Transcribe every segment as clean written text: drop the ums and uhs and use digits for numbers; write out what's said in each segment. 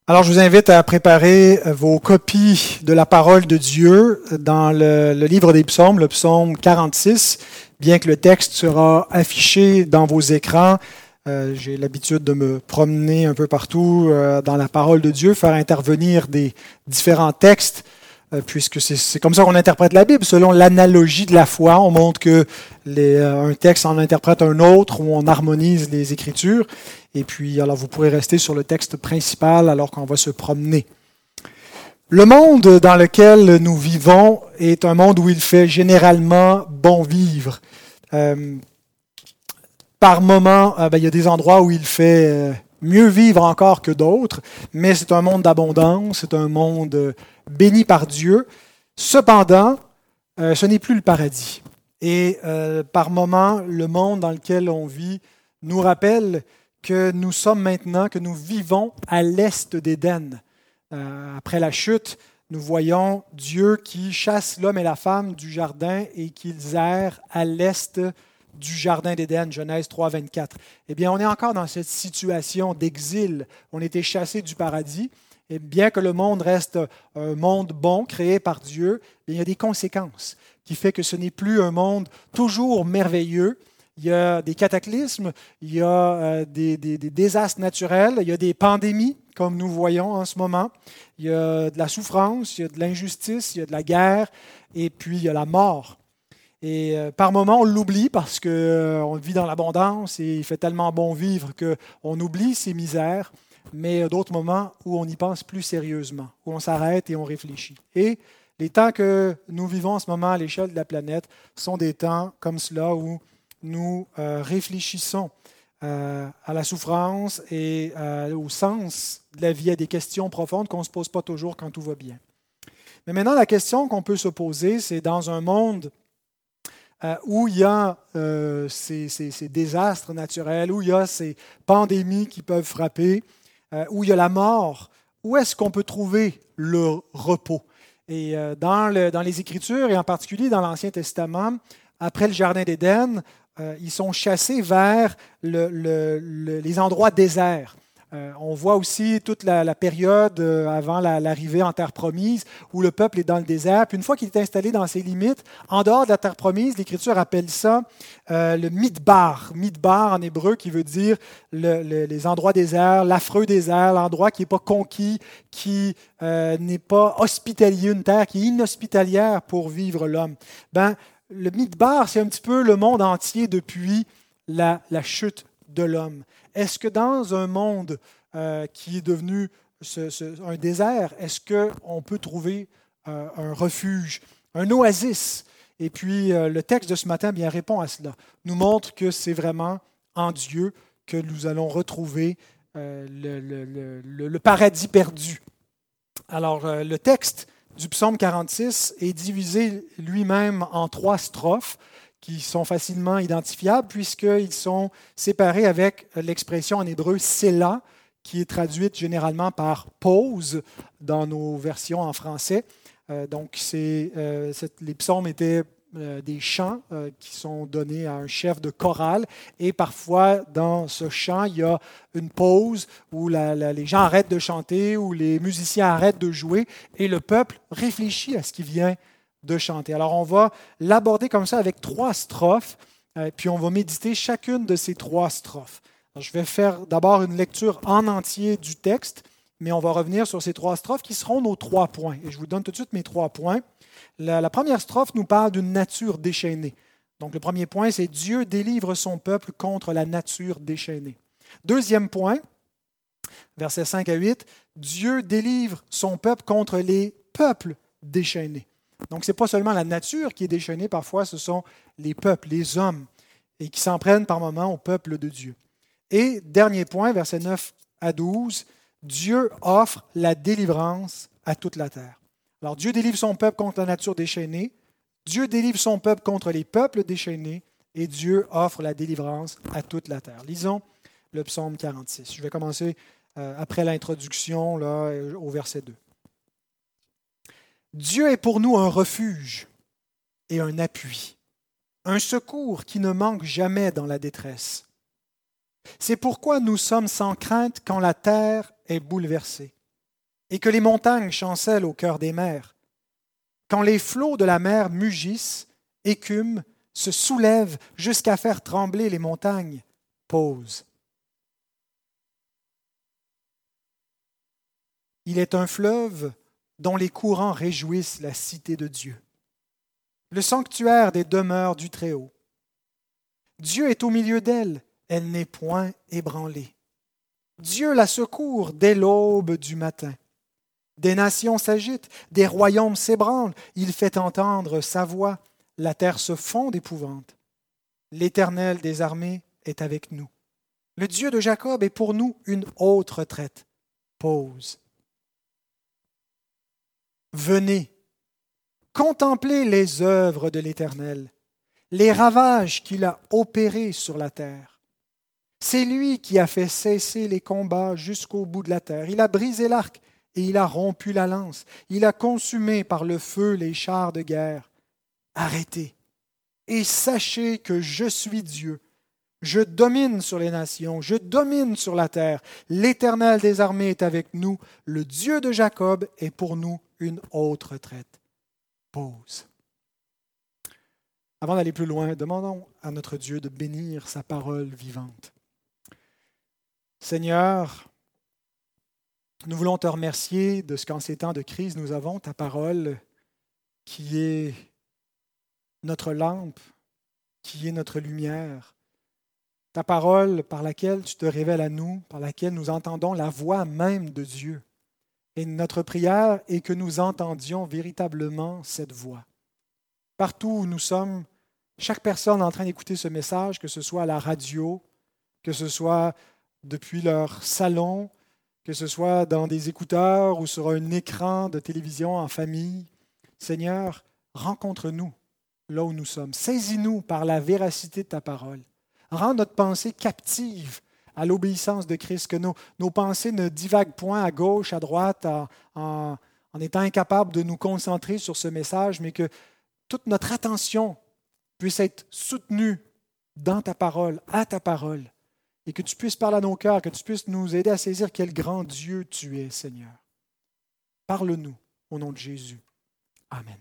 Alors, je vous invite à préparer vos copies de la parole de Dieu dans le livre des psaumes, le psaume 46, bien que le texte sera affiché dans vos écrans. J'ai l'habitude de me promener un peu partout dans la parole de Dieu, faire intervenir des différents textes, puisque c'est comme ça qu'on interprète la Bible, selon l'analogie de la foi. On montre que un texte en interprète un autre, ou on harmonise les Écritures. Et puis, alors, vous pourrez rester sur le texte principal alors qu'on va se promener. Le monde dans lequel nous vivons est un monde où il fait généralement bon vivre. Par moments, il y a des endroits où il fait mieux vivre encore que d'autres, mais c'est un monde d'abondance, c'est un monde béni par Dieu. Cependant, ce n'est plus le paradis. Et par moments, le monde dans lequel on vit nous rappelle que nous sommes maintenant, que nous vivons à l'est d'Éden. Après la chute, nous voyons Dieu qui chasse l'homme et la femme du jardin et qu'ils errent à l'est du jardin d'Éden, Genèse 3, 24. Eh bien, on est encore dans cette situation d'exil. On était chassés du paradis. Et bien que le monde reste un monde bon, créé par Dieu, il y a des conséquences qui font que ce n'est plus un monde toujours merveilleux. Il y a des cataclysmes, il y a des désastres naturels, il y a des pandémies, comme nous voyons en ce moment. Il y a de la souffrance, il y a de l'injustice, il y a de la guerre, et puis il y a la mort. Et par moments, on l'oublie parce qu'on vit dans l'abondance et il fait tellement bon vivre qu'on oublie ces misères, mais il y a d'autres moments où on y pense plus sérieusement, où on s'arrête et on réfléchit. Et les temps que nous vivons en ce moment à l'échelle de la planète sont des temps comme cela où nous réfléchissons à la souffrance et au sens de la vie, à des questions profondes qu'on ne se pose pas toujours quand tout va bien. Mais maintenant, la question qu'on peut se poser, c'est dans un monde où il y a ces désastres naturels, où il y a ces pandémies qui peuvent frapper, où il y a la mort, où est-ce qu'on peut trouver le repos? Et dans les Écritures, et en particulier dans l'Ancien Testament, après le Jardin d'Éden, ils sont chassés vers les endroits déserts. On voit aussi toute la période avant l'arrivée en terre promise où le peuple est dans le désert. Puis une fois qu'il est installé dans ses limites, en dehors de la terre promise, l'Écriture appelle ça le midbar. Midbar en hébreu qui veut dire les endroits déserts, l'affreux désert, l'endroit qui n'est pas conquis, qui n'est pas hospitalier, une terre qui est inhospitalière pour vivre l'homme. Le midbar, c'est un petit peu le monde entier depuis la chute de l'homme. Est-ce que dans un monde qui est devenu un désert, est-ce qu'on peut trouver un refuge, un oasis? Et puis le texte de ce matin bien répond à cela, nous montre que c'est vraiment en Dieu que nous allons retrouver le paradis perdu. Alors le texte du psaume 46 est divisé lui-même en 3 strophes qui sont facilement identifiables puisqu'ils sont séparés avec l'expression en hébreu « Sélah » qui est traduite généralement par « pause » dans nos versions en français. Donc, les psaumes étaient des chants qui sont donnés à un chef de chorale et parfois dans ce chant, il y a une pause où les gens arrêtent de chanter, où les musiciens arrêtent de jouer et le peuple réfléchit à ce qui vient de chanter. Alors on va l'aborder comme ça avec 3 strophes, puis on va méditer chacune de ces 3 strophes. Alors, je vais faire d'abord une lecture en entier du texte, mais on va revenir sur ces 3 strophes qui seront nos 3 points. Et je vous donne tout de suite mes 3 points. La première strophe nous parle d'une nature déchaînée. Donc le premier point, c'est « Dieu délivre son peuple contre la nature déchaînée ». Deuxième point, versets 5 à 8, « Dieu délivre son peuple contre les peuples déchaînés ». Donc ce n'est pas seulement la nature qui est déchaînée, parfois ce sont les peuples, les hommes, et qui s'en prennent par moments au peuple de Dieu. Et dernier point, versets 9 à 12, « Dieu offre la délivrance à toute la terre ». Alors, Dieu délivre son peuple contre la nature déchaînée, Dieu délivre son peuple contre les peuples déchaînés, et Dieu offre la délivrance à toute la terre. Lisons le psaume 46. Je vais commencer après l'introduction là, au verset 2. Dieu est pour nous un refuge et un appui, un secours qui ne manque jamais dans la détresse. C'est pourquoi nous sommes sans crainte quand la terre est bouleversée et que les montagnes chancellent au cœur des mers. Quand les flots de la mer mugissent, écument, se soulèvent jusqu'à faire trembler les montagnes, pause. Il est un fleuve dont les courants réjouissent la cité de Dieu, le sanctuaire des demeures du Très-Haut. Dieu est au milieu d'elle, elle n'est point ébranlée. Dieu la secourt dès l'aube du matin. Des nations s'agitent, des royaumes s'ébranlent, il fait entendre sa voix, la terre se fond d'épouvante. L'Éternel des armées est avec nous. Le Dieu de Jacob est pour nous une haute retraite. Pause. Venez, contemplez les œuvres de l'Éternel, les ravages qu'il a opérés sur la terre. C'est lui qui a fait cesser les combats jusqu'au bout de la terre. Il a brisé l'arc et il a rompu la lance. Il a consumé par le feu les chars de guerre. Arrêtez et sachez que je suis Dieu. Je domine sur les nations, je domine sur la terre. L'Éternel des armées est avec nous. Le Dieu de Jacob est pour nous une haute retraite. Pause. Avant d'aller plus loin, demandons à notre Dieu de bénir sa parole vivante. Seigneur, nous voulons te remercier de ce qu'en ces temps de crise, nous avons ta parole qui est notre lampe, qui est notre lumière. Ta parole par laquelle tu te révèles à nous, par laquelle nous entendons la voix même de Dieu. Et notre prière est que nous entendions véritablement cette voix. Partout où nous sommes, chaque personne en train d'écouter ce message, que ce soit à la radio, que ce soit depuis leur salon, que ce soit dans des écouteurs ou sur un écran de télévision en famille, Seigneur, rencontre-nous là où nous sommes. Saisis-nous par la véracité de ta parole. Rends notre pensée captive à l'obéissance de Christ, que nos pensées ne divaguent point à gauche, à droite, en étant incapables de nous concentrer sur ce message, mais que toute notre attention puisse être soutenue dans ta parole, à ta parole, et que tu puisses parler à nos cœurs, que tu puisses nous aider à saisir quel grand Dieu tu es, Seigneur. Parle-nous au nom de Jésus. Amen.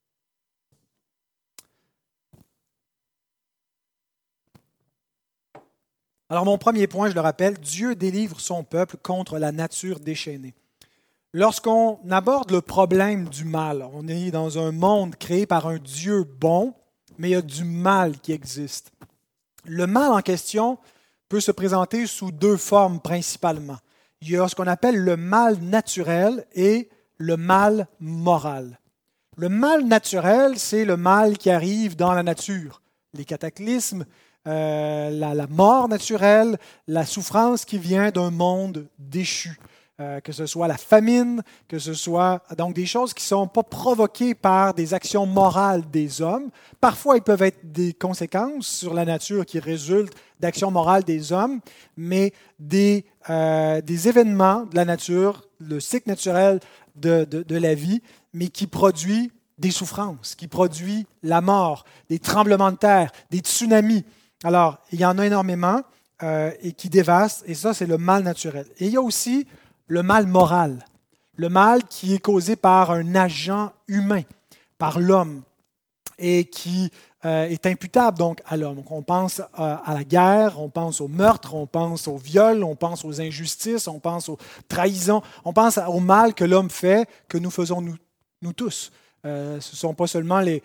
Alors mon premier point, je le rappelle, Dieu délivre son peuple contre la nature déchaînée. Lorsqu'on aborde le problème du mal, on est dans un monde créé par un Dieu bon, mais il y a du mal qui existe. Le mal en question peut se présenter sous deux formes principalement. Il y a ce qu'on appelle le mal naturel et le mal moral. Le mal naturel, c'est le mal qui arrive dans la nature, les cataclysmes, la mort naturelle, la souffrance qui vient d'un monde déchu, que ce soit la famine, que ce soit donc des choses qui ne sont pas provoquées par des actions morales des hommes. Parfois, ils peuvent être des conséquences sur la nature qui résultent d'actions morales des hommes, mais des événements de la nature, le cycle naturel de la vie, mais qui produit des souffrances, qui produit la mort, des tremblements de terre, des tsunamis. Alors, il y en a énormément et qui dévastent, et ça, c'est le mal naturel. Et il y a aussi le mal moral, le mal qui est causé par un agent humain, par l'homme, et qui est imputable donc à l'homme. Donc, on pense à la guerre, on pense au meurtre, on pense au viol, on pense aux injustices, on pense aux trahisons, on pense au mal que l'homme fait, que nous faisons nous tous. Ce ne sont pas seulement les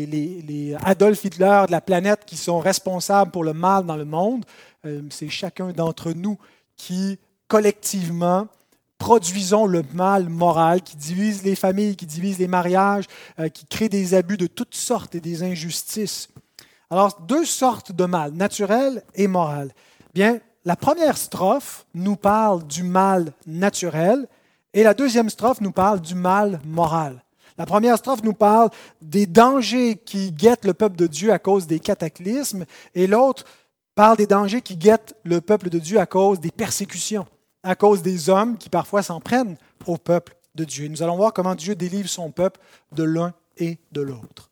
Adolf Hitler de la planète qui sont responsables pour le mal dans le monde, c'est chacun d'entre nous qui, collectivement, produisons le mal moral qui divise les familles, qui divise les mariages, qui crée des abus de toutes sortes et des injustices. Alors, deux sortes de mal, naturel et moral. Bien, la première strophe nous parle du mal naturel et la deuxième strophe nous parle du mal moral. La première strophe nous parle des dangers qui guettent le peuple de Dieu à cause des cataclysmes, et l'autre parle des dangers qui guettent le peuple de Dieu à cause des persécutions, à cause des hommes qui parfois s'en prennent au peuple de Dieu. Et nous allons voir comment Dieu délivre son peuple de l'un et de l'autre.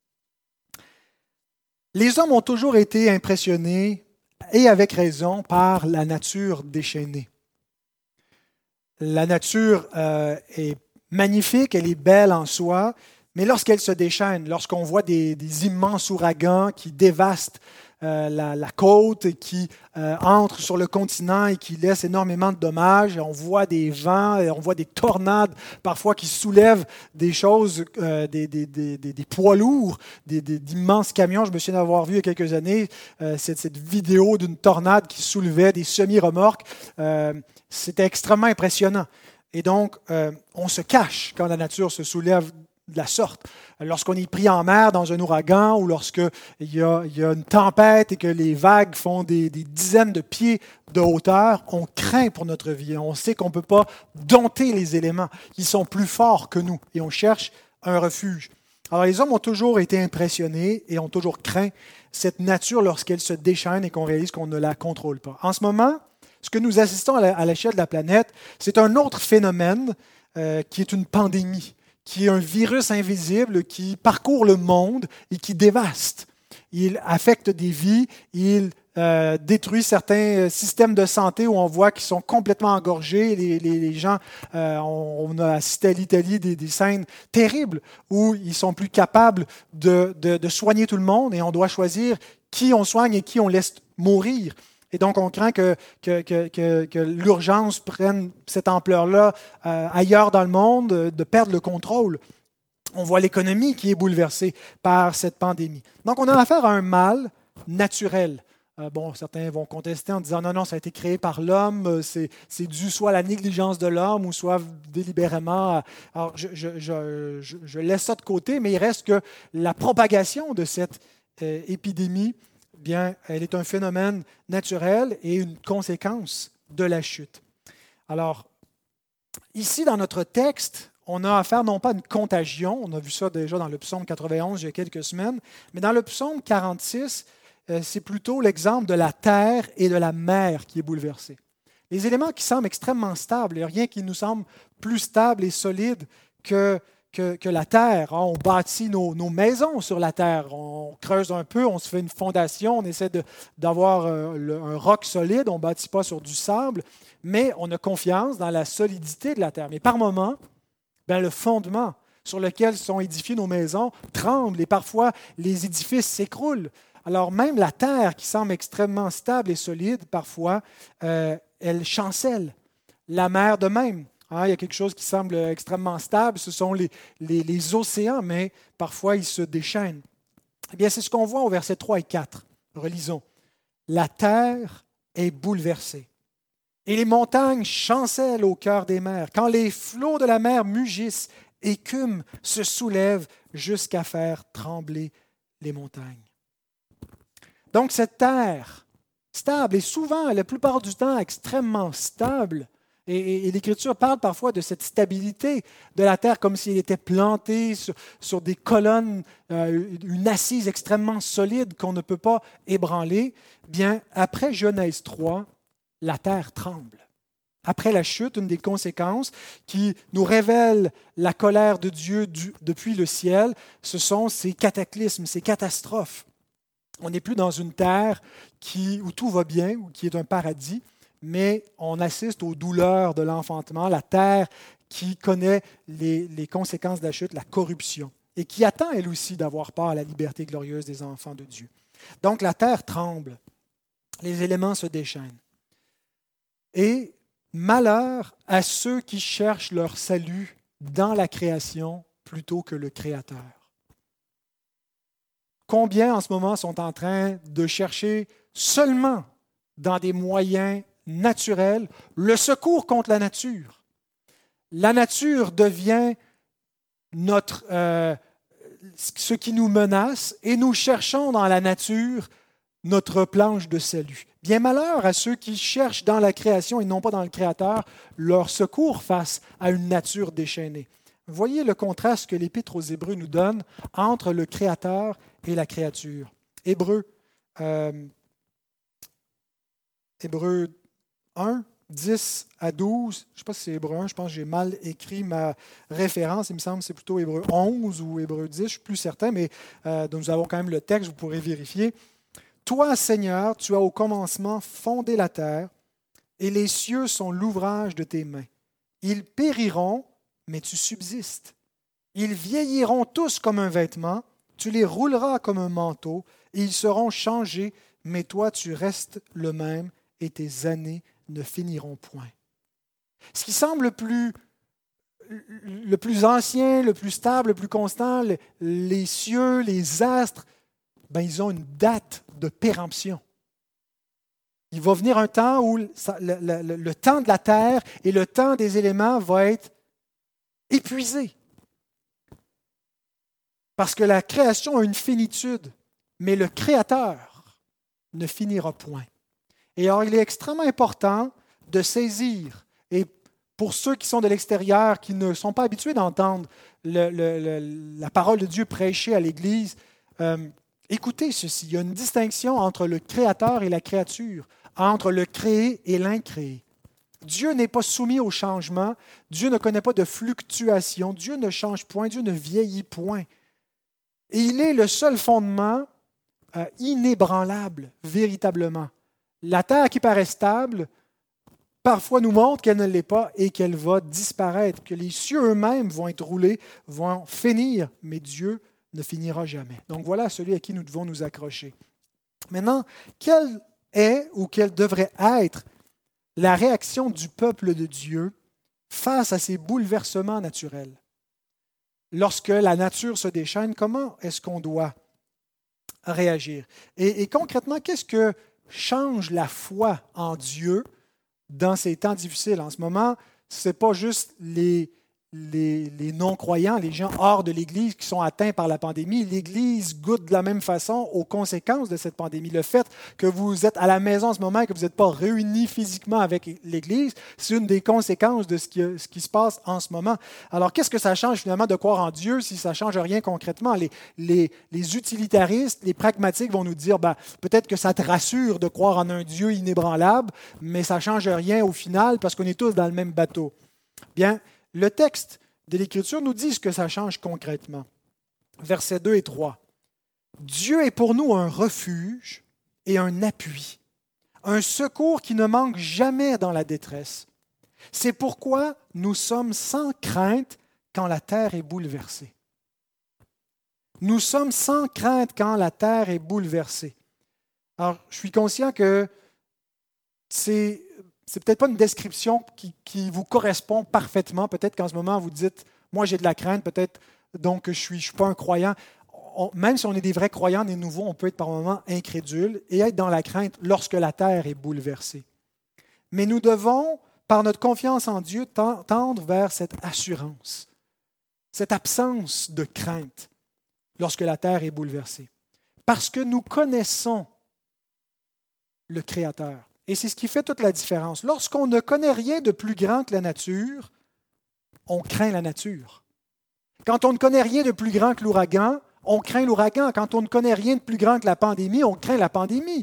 Les hommes ont toujours été impressionnés, et avec raison, par la nature déchaînée. La nature est magnifique, elle est belle en soi, mais lorsqu'elle se déchaîne, lorsqu'on voit des immenses ouragans qui dévastent la côte et qui entrent sur le continent et qui laissent énormément de dommages, on voit des vents, on voit des tornades parfois qui soulèvent des choses, des poids lourds, d'immenses camions. Je me souviens d'avoir vu il y a quelques années cette vidéo d'une tornade qui soulevait des semi-remorques. C'était extrêmement impressionnant. Et donc, on se cache quand la nature se soulève de la sorte. Lorsqu'on est pris en mer dans un ouragan ou lorsqu'il y a une tempête et que les vagues font des dizaines de pieds de hauteur, on craint pour notre vie. On sait qu'on ne peut pas dompter les éléments. Ils sont plus forts que nous et on cherche un refuge. Alors les hommes ont toujours été impressionnés et ont toujours craint cette nature lorsqu'elle se déchaîne et qu'on réalise qu'on ne la contrôle pas. En ce moment, ce que nous assistons à l'échelle de la planète, c'est un autre phénomène qui est une pandémie, qui est un virus invisible qui parcourt le monde et qui dévaste. Il affecte des vies, il détruit certains systèmes de santé où on voit qu'ils sont complètement engorgés. Les gens, on a assisté à l'Italie des scènes terribles où ils sont plus capables de soigner tout le monde et on doit choisir qui on soigne et qui on laisse mourir. Et donc, on craint que l'urgence prenne cette ampleur-là ailleurs dans le monde, de perdre le contrôle. On voit l'économie qui est bouleversée par cette pandémie. Donc, on a affaire à un mal naturel. Certains vont contester en disant non, ça a été créé par l'homme, c'est dû soit à la négligence de l'homme ou soit délibérément. Alors, je laisse ça de côté, mais il reste que la propagation de cette épidémie, bien, elle est un phénomène naturel et une conséquence de la chute. Alors, ici, dans notre texte, on a affaire non pas à une contagion, on a vu ça déjà dans le psaume 91 il y a quelques semaines, mais dans le psaume 46, c'est plutôt l'exemple de la terre et de la mer qui est bouleversée. Les éléments qui semblent extrêmement stables, il n'y a rien qui nous semble plus stable et solide que la terre. On bâtit nos maisons sur la terre. On creuse un peu, on se fait une fondation, on essaie d'avoir un roc solide, on ne bâtit pas sur du sable, mais on a confiance dans la solidité de la terre. Mais par moments, le fondement sur lequel sont édifiées nos maisons tremble et parfois les édifices s'écroulent. Alors même la terre qui semble extrêmement stable et solide, parfois, elle chancelle. La mer de même. Il y a quelque chose qui semble extrêmement stable, ce sont les océans, mais parfois ils se déchaînent. Eh bien, c'est ce qu'on voit au versets 3 et 4. Relisons. La terre est bouleversée et les montagnes chancellent au cœur des mers. Quand les flots de la mer mugissent, écument, se soulèvent jusqu'à faire trembler les montagnes. Donc cette terre stable et souvent, la plupart du temps, extrêmement stable, et l'Écriture parle parfois de cette stabilité de la terre comme si elle était plantée sur des colonnes, une assise extrêmement solide qu'on ne peut pas ébranler. Bien, après Genèse 3, la terre tremble. Après la chute, une des conséquences qui nous révèle la colère de Dieu depuis le ciel, ce sont ces cataclysmes, ces catastrophes. On n'est plus dans une terre où tout va bien ou qui est un paradis, mais on assiste aux douleurs de l'enfantement, la terre qui connaît les conséquences de la chute, la corruption, et qui attend elle aussi d'avoir part à la liberté glorieuse des enfants de Dieu. Donc la terre tremble, les éléments se déchaînent. Et malheur à ceux qui cherchent leur salut dans la création plutôt que le Créateur. Combien en ce moment sont en train de chercher seulement dans des moyens naturels le secours contre la nature? La nature devient ce qui nous menace et nous cherchons dans la nature notre planche de salut. Bien malheur à ceux qui cherchent dans la création et non pas dans le Créateur leur secours face à une nature déchaînée. Voyez le contraste que l'Épître aux Hébreux nous donne entre le Créateur et la créature. Hébreux 1, 10 à 12, je ne sais pas si c'est Hébreux 1, je pense que j'ai mal écrit ma référence, il me semble que c'est plutôt Hébreux 11 ou Hébreux 10, je ne suis plus certain, mais nous avons quand même le texte, vous pourrez vérifier. Toi, Seigneur, tu as au commencement fondé la terre, et les cieux sont l'ouvrage de tes mains. Ils périront, mais tu subsistes. Ils vieilliront tous comme un vêtement, tu les rouleras comme un manteau, et ils seront changés, mais toi tu restes le même, et tes années ne finiront point. Ce qui semble le plus ancien, le plus stable, le plus constant, les cieux, les astres, ils ont une date de péremption. Il va venir un temps où le temps de la terre et le temps des éléments va être épuisé. Parce que la création a une finitude, mais le Créateur ne finira point. Et alors, il est extrêmement important de saisir, et pour ceux qui sont de l'extérieur, qui ne sont pas habitués d'entendre la parole de Dieu prêchée à l'Église, écoutez ceci, il y a une distinction entre le Créateur et la créature, entre le créé et l'incréé. Dieu n'est pas soumis au changement, Dieu ne connaît pas de fluctuation, Dieu ne change point, Dieu ne vieillit point. Et il est le seul fondement inébranlable, véritablement. La terre qui paraît stable, parfois nous montre qu'elle ne l'est pas et qu'elle va disparaître, que les cieux eux-mêmes vont être roulés, vont finir, mais Dieu ne finira jamais. Donc voilà celui à qui nous devons nous accrocher. Maintenant, quelle est ou quelle devrait être la réaction du peuple de Dieu face à ces bouleversements naturels? Lorsque la nature se déchaîne, comment est-ce qu'on doit réagir? Et concrètement, qu'est-ce que change la foi en Dieu dans ces temps difficiles? En ce moment, ce n'est pas juste les non-croyants, les gens hors de l'Église qui sont atteints par la pandémie. L'Église goûte de la même façon aux conséquences de cette pandémie. Le fait que vous êtes à la maison en ce moment et que vous n'êtes pas réunis physiquement avec l'Église, c'est une des conséquences de ce qui se passe en ce moment. Alors, qu'est-ce que ça change finalement de croire en Dieu si ça ne change rien concrètement? Les utilitaristes, les pragmatiques vont nous dire, peut-être que ça te rassure de croire en un Dieu inébranlable, mais ça ne change rien au final parce qu'on est tous dans le même bateau. Bien, le texte de l'Écriture nous dit ce que ça change concrètement. Versets 2 et 3. Dieu est pour nous un refuge et un appui, un secours qui ne manque jamais dans la détresse. C'est pourquoi nous sommes sans crainte quand la terre est bouleversée. Nous sommes sans crainte quand la terre est bouleversée. Alors, je suis conscient que c'est peut-être pas une description qui vous correspond parfaitement. Peut-être qu'en ce moment, vous dites, moi j'ai de la crainte, peut-être donc je suis pas un croyant. Même si on est des vrais croyants, des nouveaux, on peut être par moments incrédule et être dans la crainte lorsque la terre est bouleversée. Mais nous devons, par notre confiance en Dieu, tendre vers cette assurance, cette absence de crainte lorsque la terre est bouleversée. Parce que nous connaissons le Créateur. Et c'est ce qui fait toute la différence. Lorsqu'on ne connaît rien de plus grand que la nature, on craint la nature. Quand on ne connaît rien de plus grand que l'ouragan, on craint l'ouragan. Quand on ne connaît rien de plus grand que la pandémie, on craint la pandémie.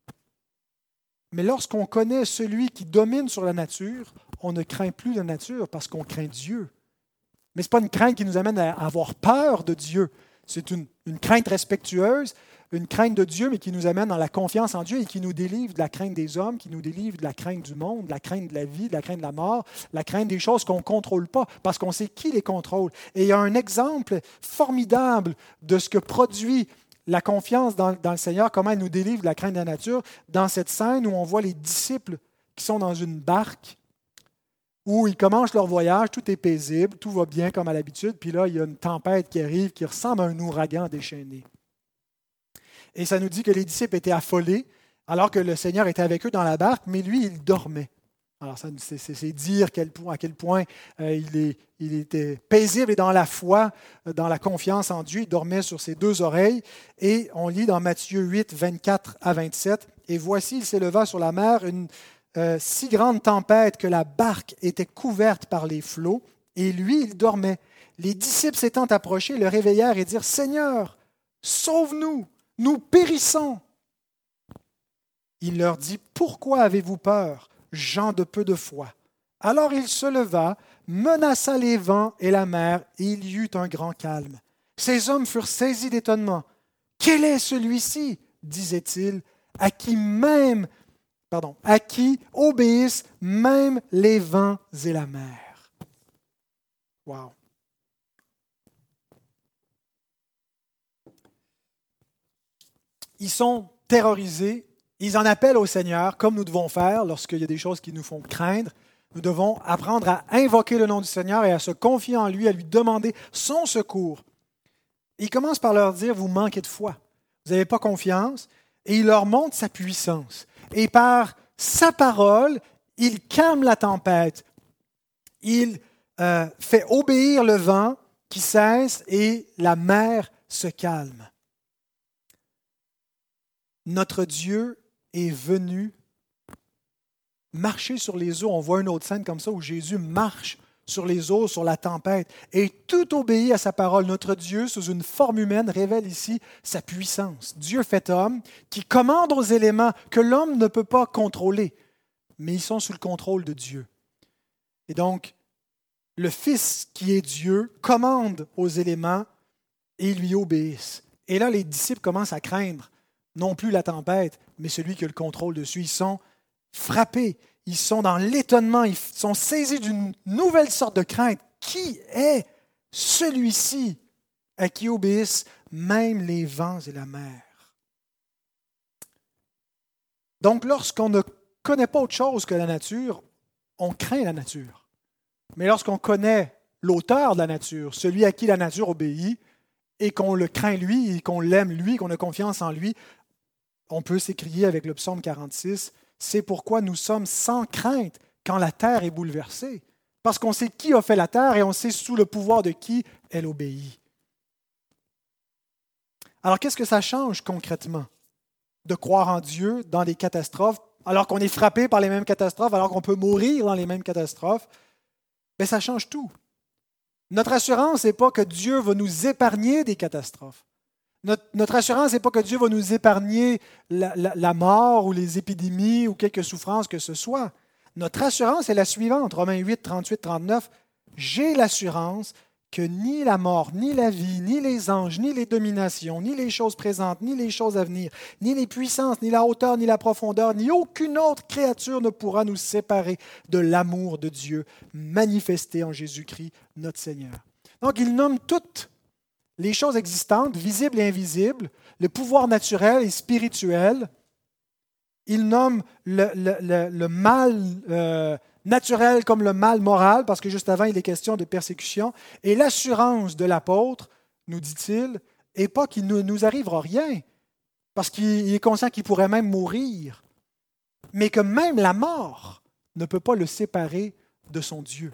Mais lorsqu'on connaît celui qui domine sur la nature, on ne craint plus la nature parce qu'on craint Dieu. Mais ce n'est pas une crainte qui nous amène à avoir peur de Dieu. C'est une crainte respectueuse, une crainte de Dieu, mais qui nous amène dans la confiance en Dieu et qui nous délivre de la crainte des hommes, qui nous délivre de la crainte du monde, de la crainte de la vie, de la crainte de la mort, la crainte des choses qu'on ne contrôle pas, parce qu'on sait qui les contrôle. Et il y a un exemple formidable de ce que produit la confiance dans le Seigneur, comment elle nous délivre de la crainte de la nature, dans cette scène où on voit les disciples qui sont dans une barque, où ils commencent leur voyage, tout est paisible, tout va bien comme à l'habitude, puis là, il y a une tempête qui arrive qui ressemble à un ouragan déchaîné. Et ça nous dit que les disciples étaient affolés, alors que le Seigneur était avec eux dans la barque, mais lui, il dormait. Alors, c'est dire à quel point il était paisible et dans la foi, dans la confiance en Dieu. Il dormait sur ses deux oreilles. Et on lit dans Matthieu 8, 24 à 27, « Et voici, il s'éleva sur la mer une si grande tempête que la barque était couverte par les flots, et lui, il dormait. Les disciples s'étant approchés, le réveillèrent et dirent, « Seigneur, sauve-nous, nous périssons. » Il leur dit, « Pourquoi avez-vous peur, gens de peu de foi? » Alors il se leva, menaça les vents et la mer, et il y eut un grand calme. Ces hommes furent saisis d'étonnement. « Quel est celui-ci, disaient-ils, à qui obéissent même les vents et la mer? » Wow. Ils sont terrorisés, ils en appellent au Seigneur, comme nous devons faire lorsqu'il y a des choses qui nous font craindre. Nous devons apprendre à invoquer le nom du Seigneur et à se confier en lui, à lui demander son secours. Il commence par leur dire, vous manquez de foi, vous n'avez pas confiance, et il leur montre sa puissance. Et par sa parole, il calme la tempête, il fait obéir le vent qui cesse et la mer se calme. Notre Dieu est venu marcher sur les eaux. On voit une autre scène comme ça où Jésus marche sur les eaux, sur la tempête, et tout obéit à sa parole. Notre Dieu, sous une forme humaine, révèle ici sa puissance. Dieu fait homme, qui commande aux éléments que l'homme ne peut pas contrôler, mais ils sont sous le contrôle de Dieu. Et donc, le Fils, qui est Dieu, commande aux éléments et ils lui obéissent. Et là, les disciples commencent à craindre non plus la tempête, mais celui qui a le contrôle dessus. Ils sont frappés, ils sont dans l'étonnement, ils sont saisis d'une nouvelle sorte de crainte. Qui est celui-ci à qui obéissent même les vents et la mer? Donc, lorsqu'on ne connaît pas autre chose que la nature, on craint la nature. Mais lorsqu'on connaît l'auteur de la nature, celui à qui la nature obéit, et qu'on le craint lui, et qu'on l'aime lui, qu'on a confiance en lui, on peut s'écrier avec le psaume 46, « C'est pourquoi nous sommes sans crainte quand la terre est bouleversée. » Parce qu'on sait qui a fait la terre et on sait sous le pouvoir de qui elle obéit. Alors, qu'est-ce que ça change concrètement de croire en Dieu dans des catastrophes, alors qu'on est frappé par les mêmes catastrophes, alors qu'on peut mourir dans les mêmes catastrophes? Bien, ça change tout. Notre assurance n'est pas que Dieu va nous épargner des catastrophes. Notre assurance n'est pas que Dieu va nous épargner la mort ou les épidémies ou quelque souffrance que ce soit. Notre assurance est la suivante, Romains 8, 38, 39. « J'ai l'assurance que ni la mort, ni la vie, ni les anges, ni les dominations, ni les choses présentes, ni les choses à venir, ni les puissances, ni la hauteur, ni la profondeur, ni aucune autre créature ne pourra nous séparer de l'amour de Dieu manifesté en Jésus-Christ, notre Seigneur. » Donc, il nomme toutes les choses existantes, visibles et invisibles, le pouvoir naturel et spirituel. Il nomme le mal naturel comme le mal moral, parce que juste avant, il est question de persécution. Et l'assurance de l'apôtre, nous dit-il, n'est pas qu'il ne nous arrivera rien, parce qu'il est conscient qu'il pourrait même mourir, mais que même la mort ne peut pas le séparer de son Dieu.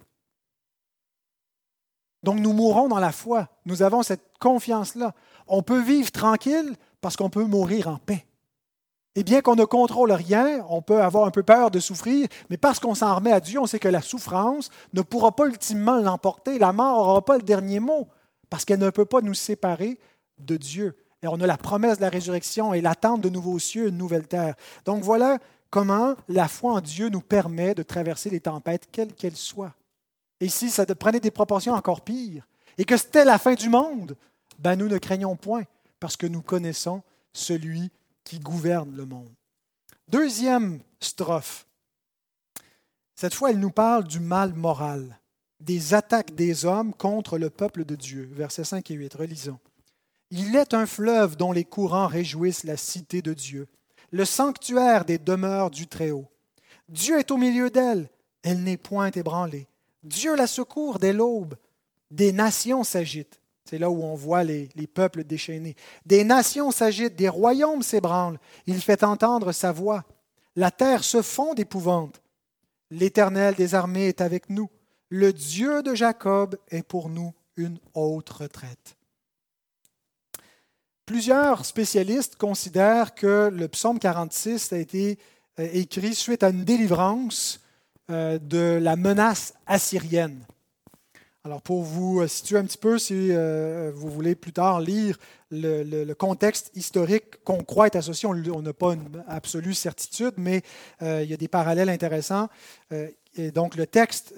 Donc nous mourrons dans la foi. Nous avons cette confiance-là. On peut vivre tranquille parce qu'on peut mourir en paix. Et bien qu'on ne contrôle rien, on peut avoir un peu peur de souffrir, mais parce qu'on s'en remet à Dieu, on sait que la souffrance ne pourra pas ultimement l'emporter. La mort n'aura pas le dernier mot, parce qu'elle ne peut pas nous séparer de Dieu. Et on a la promesse de la résurrection et l'attente de nouveaux cieux, une nouvelle terre. Donc voilà comment la foi en Dieu nous permet de traverser les tempêtes, quelles qu'elles soient. Et si ça prenait des proportions encore pires, et que c'était la fin du monde, ben nous ne craignons point, parce que nous connaissons celui qui gouverne le monde. Deuxième strophe. Cette fois, elle nous parle du mal moral, des attaques des hommes contre le peuple de Dieu. Versets 5 et 8, relisons. « Il est un fleuve dont les courants réjouissent la cité de Dieu, le sanctuaire des demeures du Très-Haut. Dieu est au milieu d'elle, elle n'est point ébranlée. Dieu la secourt dès l'aube. Des nations s'agitent. » C'est là où on voit les peuples déchaînés. « Des nations s'agitent, des royaumes s'ébranlent. Il fait entendre sa voix. La terre se fond d'épouvante. L'Éternel des armées est avec nous. Le Dieu de Jacob est pour nous une haute retraite. » Plusieurs spécialistes considèrent que le psaume 46 a été écrit suite à une délivrance de la menace assyrienne. Alors, pour vous situer un petit peu, si vous voulez plus tard lire le contexte historique qu'on croit être associé, on n'a pas une absolue certitude, mais il y a des parallèles intéressants. Et donc, le texte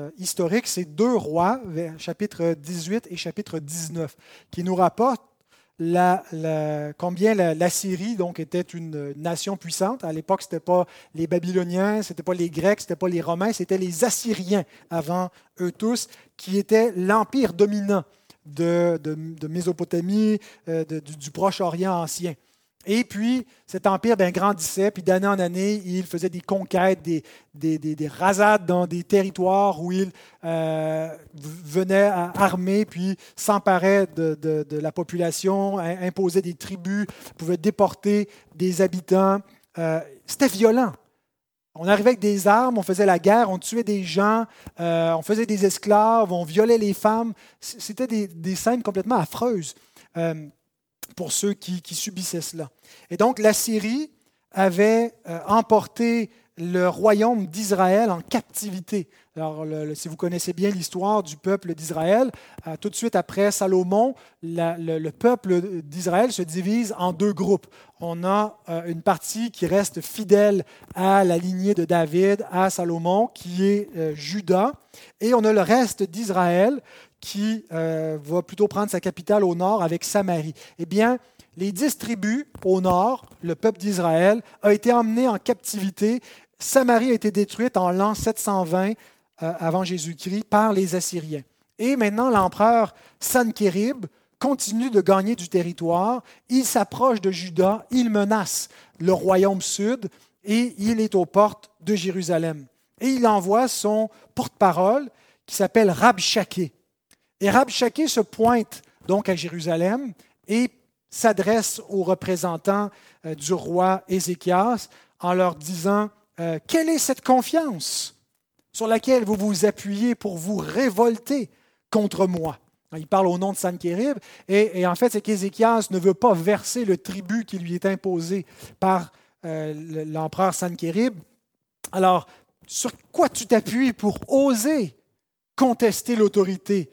historique, c'est 2 Rois, chapitre 18 et chapitre 19, qui nous rapportent combien l'Assyrie donc, était une nation puissante. À l'époque, ce n'était pas les Babyloniens, ce n'était pas les Grecs, ce n'était pas les Romains, c'était les Assyriens avant eux tous, qui étaient l'empire dominant de Mésopotamie, du Proche-Orient ancien. Et puis, cet empire grandissait, puis d'année en année, il faisait des conquêtes, des rasades dans des territoires où il venait armé, puis s'emparait de la population, imposait des tribus, pouvait déporter des habitants. C'était violent. On arrivait avec des armes, on faisait la guerre, on tuait des gens, on faisait des esclaves, on violait les femmes. C'était des scènes complètement affreuses. Pour ceux qui subissaient cela. Et donc, l'Assyrie avait emporté le royaume d'Israël en captivité. Alors, si vous connaissez bien l'histoire du peuple d'Israël, tout de suite après Salomon, le peuple d'Israël se divise en deux groupes. On a une partie qui reste fidèle à la lignée de David, à Salomon, qui est Juda, et on a le reste d'Israël qui va plutôt prendre sa capitale au nord avec Samarie. Eh bien, les 10 tribus au nord, le peuple d'Israël, a été emmené en captivité. Samarie a été détruite en l'an 720 avant Jésus-Christ par les Assyriens. Et maintenant, l'empereur Sankérib continue de gagner du territoire. Il s'approche de Juda, il menace le royaume sud et il est aux portes de Jérusalem. Et il envoie son porte-parole qui s'appelle Rabshakeh. Et Rabshakeh se pointe donc à Jérusalem et s'adresse aux représentants du roi Ézéchias en leur disant « Quelle est cette confiance sur laquelle vous vous appuyez pour vous révolter contre moi ?» Il parle au nom de Sankérib et en fait, c'est qu'Ézéchias ne veut pas verser le tribut qui lui est imposé par l'empereur Sankérib. Alors, sur quoi tu t'appuies pour oser contester l'autorité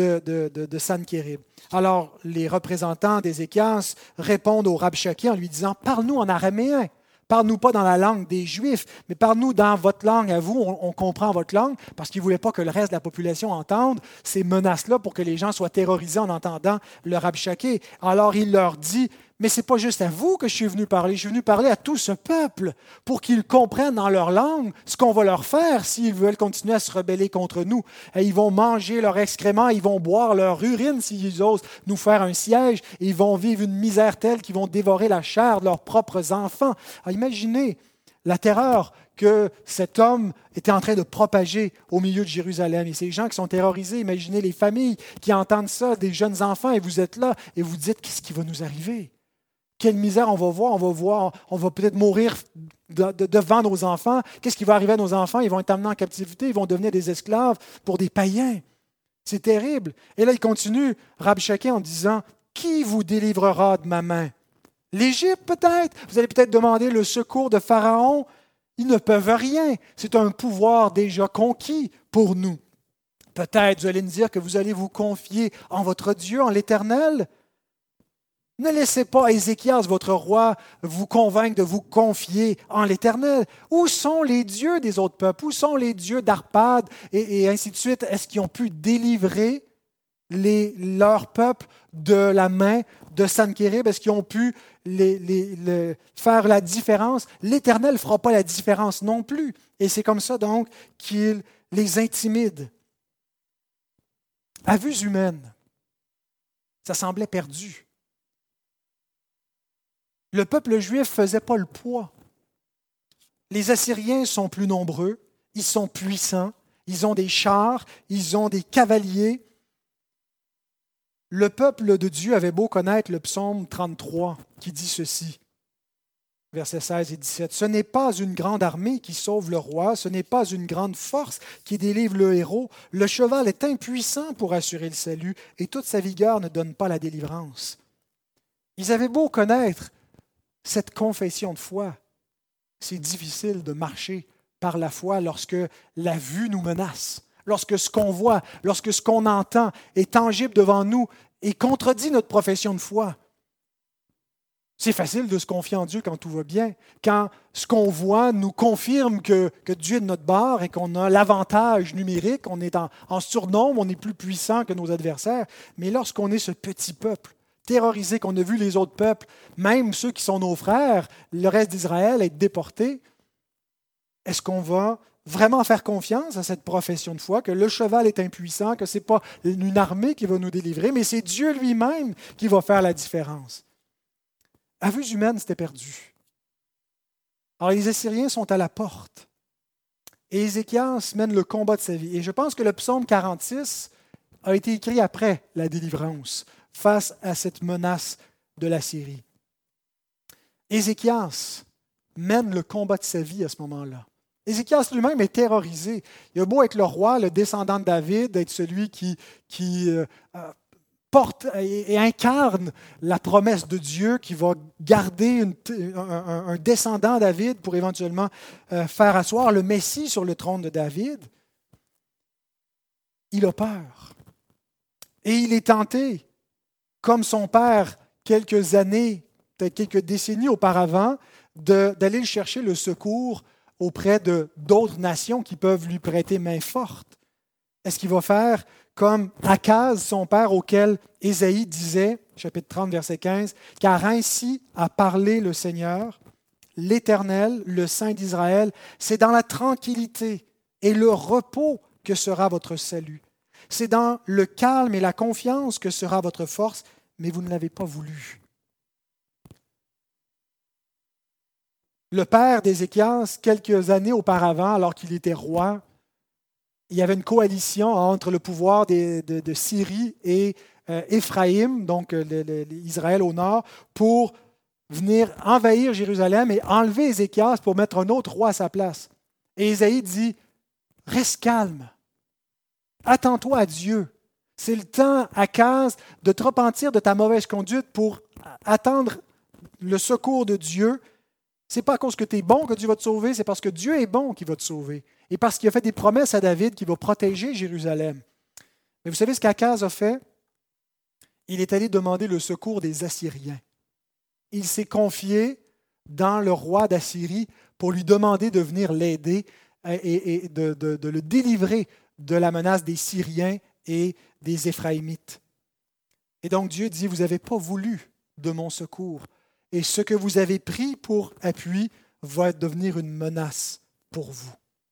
de Sankérib? Alors, les représentants d'Ézéchias répondent au Rabshakeh en lui disant « Parle-nous en araméen, parle-nous pas dans la langue des Juifs, mais parle-nous dans votre langue à vous, on comprend votre langue, parce qu'ils ne voulaient pas que le reste de la population entende ces menaces-là pour que les gens soient terrorisés en entendant le Rabshakeh. » Alors, il leur dit « Mais ce n'est pas juste à vous que je suis venu parler, je suis venu parler à tout ce peuple pour qu'ils comprennent dans leur langue ce qu'on va leur faire s'ils veulent continuer à se rebeller contre nous. Et ils vont manger leurs excréments, ils vont boire leur urine s'ils osent nous faire un siège, et ils vont vivre une misère telle qu'ils vont dévorer la chair de leurs propres enfants. » Alors imaginez la terreur que cet homme était en train de propager au milieu de Jérusalem. Et ces gens qui sont terrorisés, imaginez les familles qui entendent ça, des jeunes enfants, et vous êtes là, et vous dites, qu'est-ce qui va nous arriver? Quelle misère on va voir, on va peut-être mourir devant nos enfants. Qu'est-ce qui va arriver à nos enfants? Ils vont être amenés en captivité, ils vont devenir des esclaves pour des païens. C'est terrible. Et là, il continue, Rabshakeh, en disant, qui vous délivrera de ma main? L'Égypte peut-être? Vous allez peut-être demander le secours de Pharaon. Ils ne peuvent rien. C'est un pouvoir déjà conquis pour nous. Peut-être, vous allez me dire que vous allez vous confier en votre Dieu, en l'Éternel. Ne laissez pas Ézéchias, votre roi, vous convaincre de vous confier en l'Éternel. Où sont les dieux des autres peuples? Où sont les dieux d'Arpad et ainsi de suite? Est-ce qu'ils ont pu délivrer leur peuple de la main de Sankérib? Est-ce qu'ils ont pu faire la différence? L'Éternel ne fera pas la différence non plus. Et c'est comme ça donc qu'il les intimide. À vue humaine, ça semblait perdu. Le peuple juif ne faisait pas le poids. Les Assyriens sont plus nombreux, ils sont puissants, ils ont des chars, ils ont des cavaliers. Le peuple de Dieu avait beau connaître le psaume 33 qui dit ceci, versets 16 et 17. « Ce n'est pas une grande armée qui sauve le roi, ce n'est pas une grande force qui délivre le héros. Le cheval est impuissant pour assurer le salut et toute sa vigueur ne donne pas la délivrance. » Ils avaient beau connaître cette confession de foi. C'est difficile de marcher par la foi lorsque la vue nous menace, lorsque ce qu'on voit, lorsque ce qu'on entend est tangible devant nous et contredit notre profession de foi. C'est facile de se confier en Dieu quand tout va bien, quand ce qu'on voit nous confirme que Dieu est de notre bord et qu'on a l'avantage numérique, on est en surnombre, on est plus puissant que nos adversaires. Mais lorsqu'on est ce petit peuple terrorisés, qu'on a vu les autres peuples, même ceux qui sont nos frères, le reste d'Israël, être déportés, est-ce qu'on va vraiment faire confiance à cette profession de foi, que le cheval est impuissant, que ce n'est pas une armée qui va nous délivrer, mais c'est Dieu lui-même qui va faire la différence? À vue humaine, c'était perdu. Alors les Assyriens sont à la porte. Et Ézéchias mène le combat de sa vie. Et je pense que le psaume 46 a été écrit après la délivrance, face à cette menace de la Syrie. Ézéchias mène le combat de sa vie à ce moment-là. Ézéchias lui-même est terrorisé. Il a beau être le roi, le descendant de David, être celui qui porte et incarne la promesse de Dieu, qui va garder un descendant David pour éventuellement faire asseoir le Messie sur le trône de David. Il a peur. Et il est tenté, comme son père, quelques années, peut-être quelques décennies auparavant, d'aller chercher le secours auprès d'autres nations qui peuvent lui prêter main forte. Est-ce qu'il va faire comme Akaz, son père, auquel Ésaïe disait, chapitre 30, verset 15, « Car ainsi a parlé le Seigneur, l'Éternel, le Saint d'Israël, c'est dans la tranquillité et le repos que sera votre salut. C'est dans le calme et la confiance que sera votre force, mais vous ne l'avez pas voulu. » Le père d'Ézéchias, quelques années auparavant, alors qu'il était roi, il y avait une coalition entre le pouvoir de Syrie et Éphraïm, donc Israël au nord, pour venir envahir Jérusalem et enlever Ézéchias pour mettre un autre roi à sa place. Et Ésaïe dit, « Reste calme, attends-toi à Dieu. C'est le temps, Akaz, de te repentir de ta mauvaise conduite pour attendre le secours de Dieu. Ce n'est pas à cause que tu es bon que Dieu va te sauver, c'est parce que Dieu est bon qui va te sauver. Et parce qu'il a fait des promesses à David qu'il va protéger Jérusalem. » Mais vous savez ce qu'Akaz a fait? Il est allé demander le secours des Assyriens. Il s'est confié dans le roi d'Assyrie pour lui demander de venir l'aider et de le délivrer de la menace des Syriens et des Éphraïmites. Et donc Dieu dit, « Vous n'avez pas voulu de mon secours. Et ce que vous avez pris pour appui va devenir une menace pour vous. »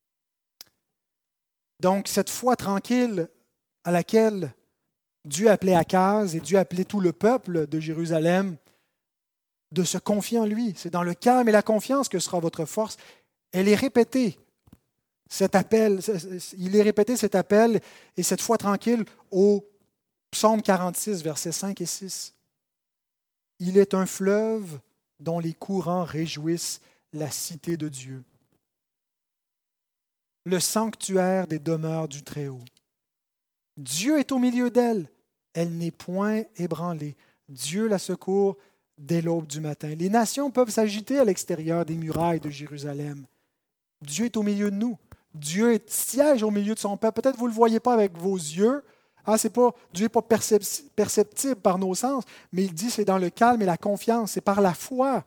Donc, cette foi tranquille à laquelle Dieu appelait Akaz et Dieu appelait tout le peuple de Jérusalem de se confier en lui. C'est dans le calme et la confiance que sera votre force. Elle est répétée, cet appel, il est répété cet appel et cette foi tranquille au psaume 46, versets 5 et 6. Il est un fleuve dont les courants réjouissent la cité de Dieu, le sanctuaire des demeures du Très-Haut. Dieu est au milieu d'elle, elle n'est point ébranlée. Dieu la secourt dès l'aube du matin. Les nations peuvent s'agiter à l'extérieur des murailles de Jérusalem. Dieu est au milieu de nous. Dieu siège au milieu de son peuple. Peut-être que vous ne le voyez pas avec vos yeux. Dieu n'est pas perceptible par nos sens, mais il dit c'est dans le calme et la confiance, c'est par la foi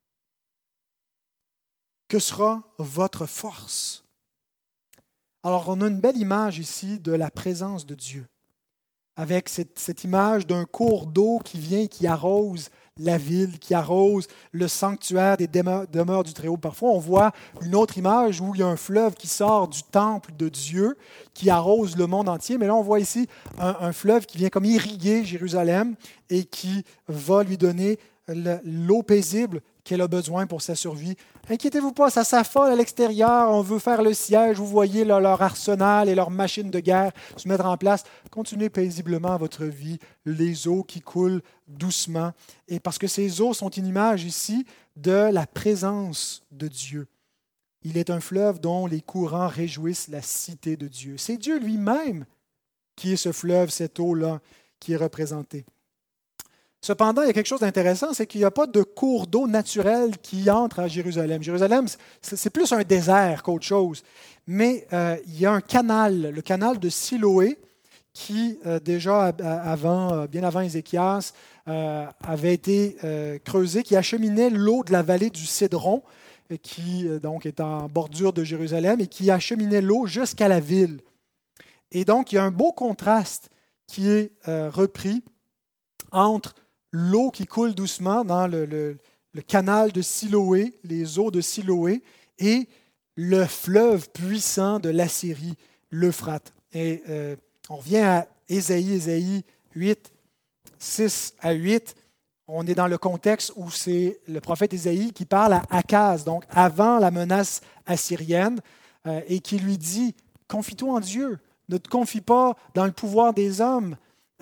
que sera votre force. Alors, on a une belle image ici de la présence de Dieu, avec cette image d'un cours d'eau qui vient et qui arrose la ville, qui arrose le sanctuaire des demeures du Très-Haut. Parfois, on voit une autre image où il y a un fleuve qui sort du temple de Dieu, qui arrose le monde entier. Mais là, on voit ici un fleuve qui vient comme irriguer Jérusalem et qui va lui donner l'eau paisible qu'elle a besoin pour sa survie. Inquiétez-vous pas, ça s'affole à l'extérieur, on veut faire le siège, vous voyez là, leur arsenal et leurs machines de guerre se mettre en place. Continuez paisiblement votre vie, les eaux qui coulent doucement. Et parce que ces eaux sont une image ici de la présence de Dieu. Il est un fleuve dont les courants réjouissent la cité de Dieu. C'est Dieu lui-même qui est ce fleuve, cette eau-là qui est représentée. Cependant, il y a quelque chose d'intéressant, c'est qu'il n'y a pas de cours d'eau naturel qui entre à Jérusalem. Jérusalem, c'est plus un désert qu'autre chose. Mais il y a un canal, le canal de Siloé, qui déjà bien avant Ézéchias, avait été creusé, qui acheminait l'eau de la vallée du Cédron, qui donc est en bordure de Jérusalem, et qui acheminait l'eau jusqu'à la ville. Et donc, il y a un beau contraste qui est repris entre l'eau qui coule doucement dans le canal de Siloé, les eaux de Siloé, et le fleuve puissant de l'Assyrie, l'Euphrate. Et on revient à Ésaïe 8, 6 à 8. On est dans le contexte où c'est le prophète Ésaïe qui parle à Akaz, donc avant la menace assyrienne, et qui lui dit « Confie-toi en Dieu, ne te confie pas dans le pouvoir des hommes. »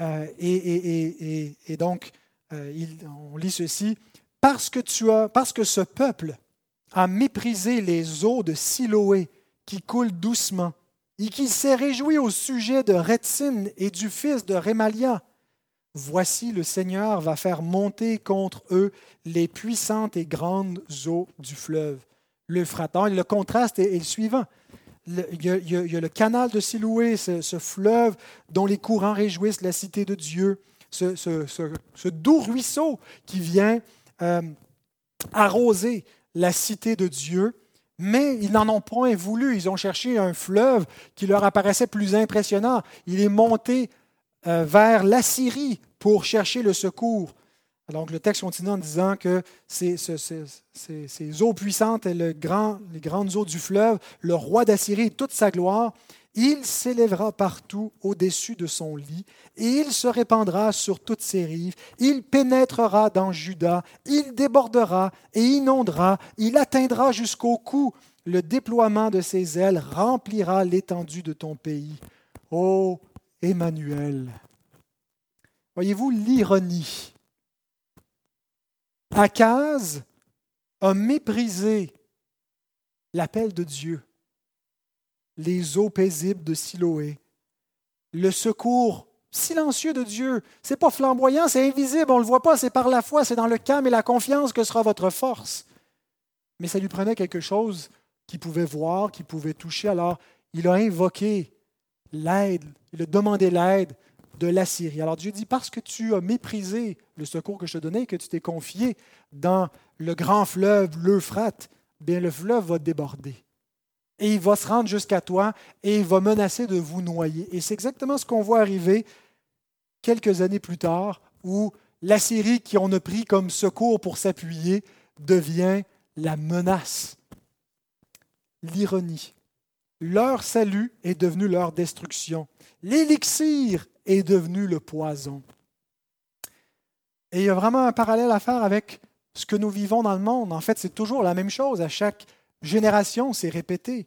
Et donc, on lit ceci, « Parce que ce peuple a méprisé les eaux de Siloé qui coulent doucement, et qu'il s'est réjoui au sujet de Rétsin et du fils de Rémalia. Voici le Seigneur va faire monter contre eux les puissantes et grandes eaux du fleuve, l'Euphrate. » Le contraste est le suivant. Il y a le canal de Siloé, ce fleuve dont les courants réjouissent la cité de Dieu, ce doux ruisseau qui vient arroser la cité de Dieu, mais ils n'en ont point voulu. Ils ont cherché un fleuve qui leur apparaissait plus impressionnant. Il est monté vers l'Assyrie pour chercher le secours. Donc le texte continue en disant que ces eaux puissantes et les grandes eaux du fleuve, le roi d'Assyrie et toute sa gloire, il s'élèvera partout au-dessus de son lit, et il se répandra sur toutes ses rives, il pénétrera dans Juda, il débordera et inondera, il atteindra jusqu'au cou, le déploiement de ses ailes remplira l'étendue de ton pays. Ô Emmanuel! Voyez-vous l'ironie? Akaz a méprisé l'appel de Dieu, les eaux paisibles de Siloé, le secours silencieux de Dieu. Ce n'est pas flamboyant, c'est invisible, on ne le voit pas, c'est par la foi, c'est dans le calme et la confiance que sera votre force. Mais ça lui prenait quelque chose qu'il pouvait voir, qu'il pouvait toucher. Alors, il a invoqué l'aide, il a demandé l'aide de l'Assyrie. Alors Dieu dit, parce que tu as méprisé le secours que je te donnais, que tu t'es confié dans le grand fleuve, l'Euphrate, bien le fleuve va déborder. Et il va se rendre jusqu'à toi et il va menacer de vous noyer. Et c'est exactement ce qu'on voit arriver quelques années plus tard, où l'Assyrie, qui on a pris comme secours pour s'appuyer, devient la menace. L'ironie. Leur salut est devenu leur destruction. L'élixir est devenu le poison. Et il y a vraiment un parallèle à faire avec ce que nous vivons dans le monde. En fait, c'est toujours la même chose. À chaque génération, c'est répété.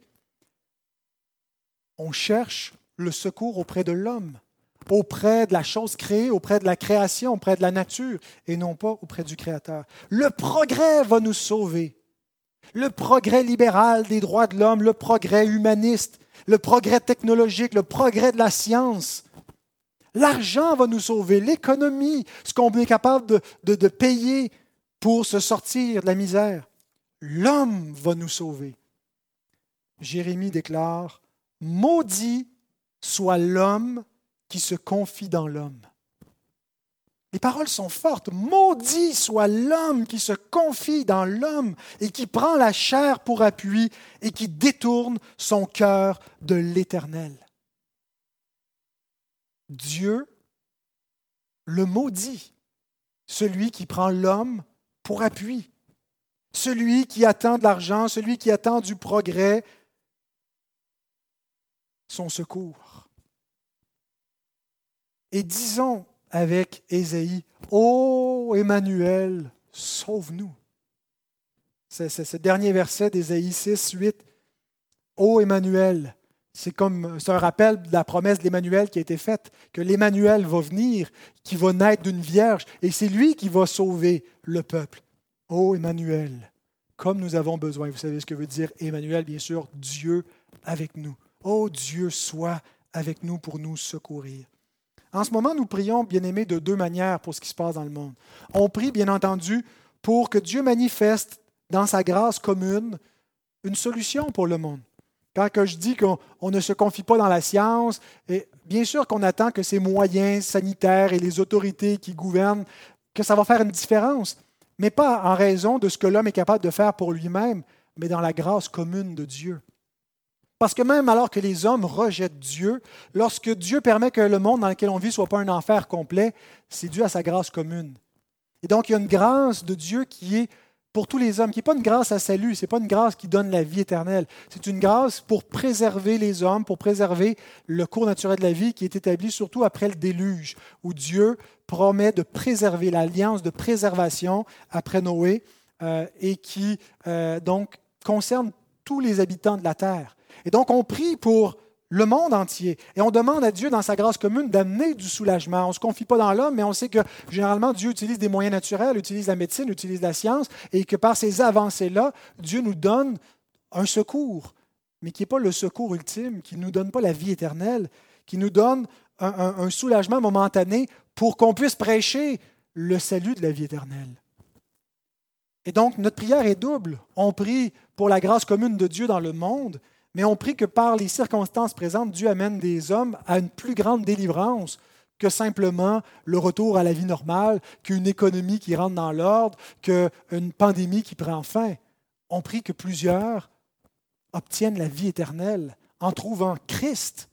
On cherche le secours auprès de l'homme, auprès de la chose créée, auprès de la création, auprès de la nature, et non pas auprès du Créateur. Le progrès va nous sauver. Le progrès libéral des droits de l'homme, le progrès humaniste, le progrès technologique, le progrès de la science. L'argent va nous sauver, l'économie, ce qu'on est capable de payer pour se sortir de la misère. L'homme va nous sauver. Jérémie déclare, « Maudit soit l'homme qui se confie dans l'homme. » Les paroles sont fortes. « Maudit soit l'homme qui se confie dans l'homme et qui prend la chair pour appui et qui détourne son cœur de l'Éternel. » Dieu le maudit, celui qui prend l'homme pour appui, celui qui attend de l'argent, celui qui attend du progrès, son secours. Et disons avec Ésaïe, « Ô Emmanuel, sauve-nous. » C'est ce dernier verset d'Ésaïe 6, 8. « Ô Emmanuel », c'est un rappel de la promesse d'Emmanuel qui a été faite, que l'Emmanuel va venir, qui va naître d'une vierge, et c'est lui qui va sauver le peuple. Ô Emmanuel, comme nous avons besoin. Vous savez ce que veut dire Emmanuel, bien sûr, Dieu avec nous. Ô Dieu, sois avec nous pour nous secourir. En ce moment, nous prions, bien-aimés, de deux manières pour ce qui se passe dans le monde. On prie, bien entendu, pour que Dieu manifeste dans sa grâce commune une solution pour le monde. Quand je dis qu'on ne se confie pas dans la science, et bien sûr qu'on attend que ces moyens sanitaires et les autorités qui gouvernent, que ça va faire une différence, mais pas en raison de ce que l'homme est capable de faire pour lui-même, mais dans la grâce commune de Dieu. Parce que même alors que les hommes rejettent Dieu, lorsque Dieu permet que le monde dans lequel on vit ne soit pas un enfer complet, c'est dû à sa grâce commune. Et donc, il y a une grâce de Dieu qui est pour tous les hommes, qui n'est pas une grâce à salut, ce n'est pas une grâce qui donne la vie éternelle. C'est une grâce pour préserver les hommes, pour préserver le cours naturel de la vie qui est établi surtout après le déluge, où Dieu promet de préserver l'alliance de préservation après Noé et qui donc concerne tous les habitants de la terre. Et donc, on prie pour le monde entier. Et on demande à Dieu, dans sa grâce commune, d'amener du soulagement. On ne se confie pas dans l'homme, mais on sait que généralement, Dieu utilise des moyens naturels, utilise la médecine, utilise la science, et que par ces avancées-là, Dieu nous donne un secours, mais qui n'est pas le secours ultime, qui ne nous donne pas la vie éternelle, qui nous donne un soulagement momentané pour qu'on puisse prêcher le salut de la vie éternelle. Et donc, notre prière est double. On prie pour la grâce commune de Dieu dans le monde, mais on prie que par les circonstances présentes, Dieu amène des hommes à une plus grande délivrance que simplement le retour à la vie normale, qu'une économie qui rentre dans l'ordre, qu'une pandémie qui prend fin. On prie que plusieurs obtiennent la vie éternelle en trouvant Christ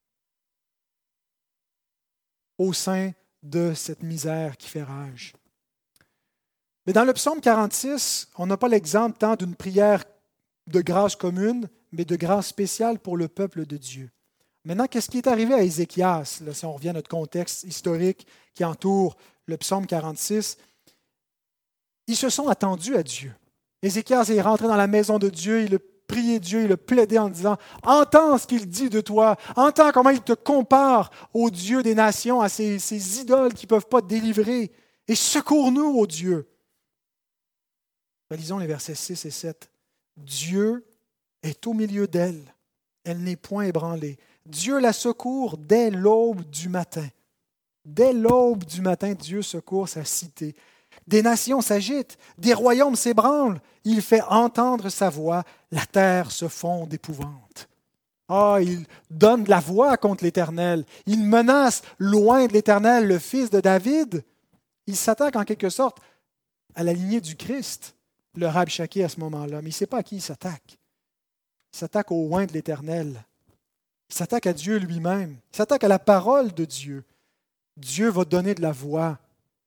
au sein de cette misère qui fait rage. Mais dans le psaume 46, on n'a pas l'exemple tant d'une prière de grâce commune, mais de grâce spéciale pour le peuple de Dieu. Maintenant, qu'est-ce qui est arrivé à Ézéchias, là, si on revient à notre contexte historique qui entoure le psaume 46? Ils se sont attendus à Dieu. Ézéchias est rentré dans la maison de Dieu, il a prié Dieu, il a plaidé en disant « Entends ce qu'il dit de toi, entends comment il te compare au Dieu des nations, à ces idoles qui ne peuvent pas te délivrer, et secours-nous, ô Dieu. » Lisons les versets 6 et 7. Dieu est au milieu d'elle. Elle n'est point ébranlée. Dieu la secourt dès l'aube du matin. Dès l'aube du matin, Dieu secourt sa cité. Des nations s'agitent, des royaumes s'ébranlent. Il fait entendre sa voix. La terre se fond d'épouvante. Il donne de la voix contre l'Éternel. Il menace loin de l'Éternel le fils de David. Il s'attaque en quelque sorte à la lignée du Christ, le Rabshakeh à ce moment-là. Mais il ne sait pas à qui il s'attaque. Il s'attaque au oint de l'Éternel. Il s'attaque à Dieu lui-même. Il s'attaque à la parole de Dieu. Dieu va donner de la voix.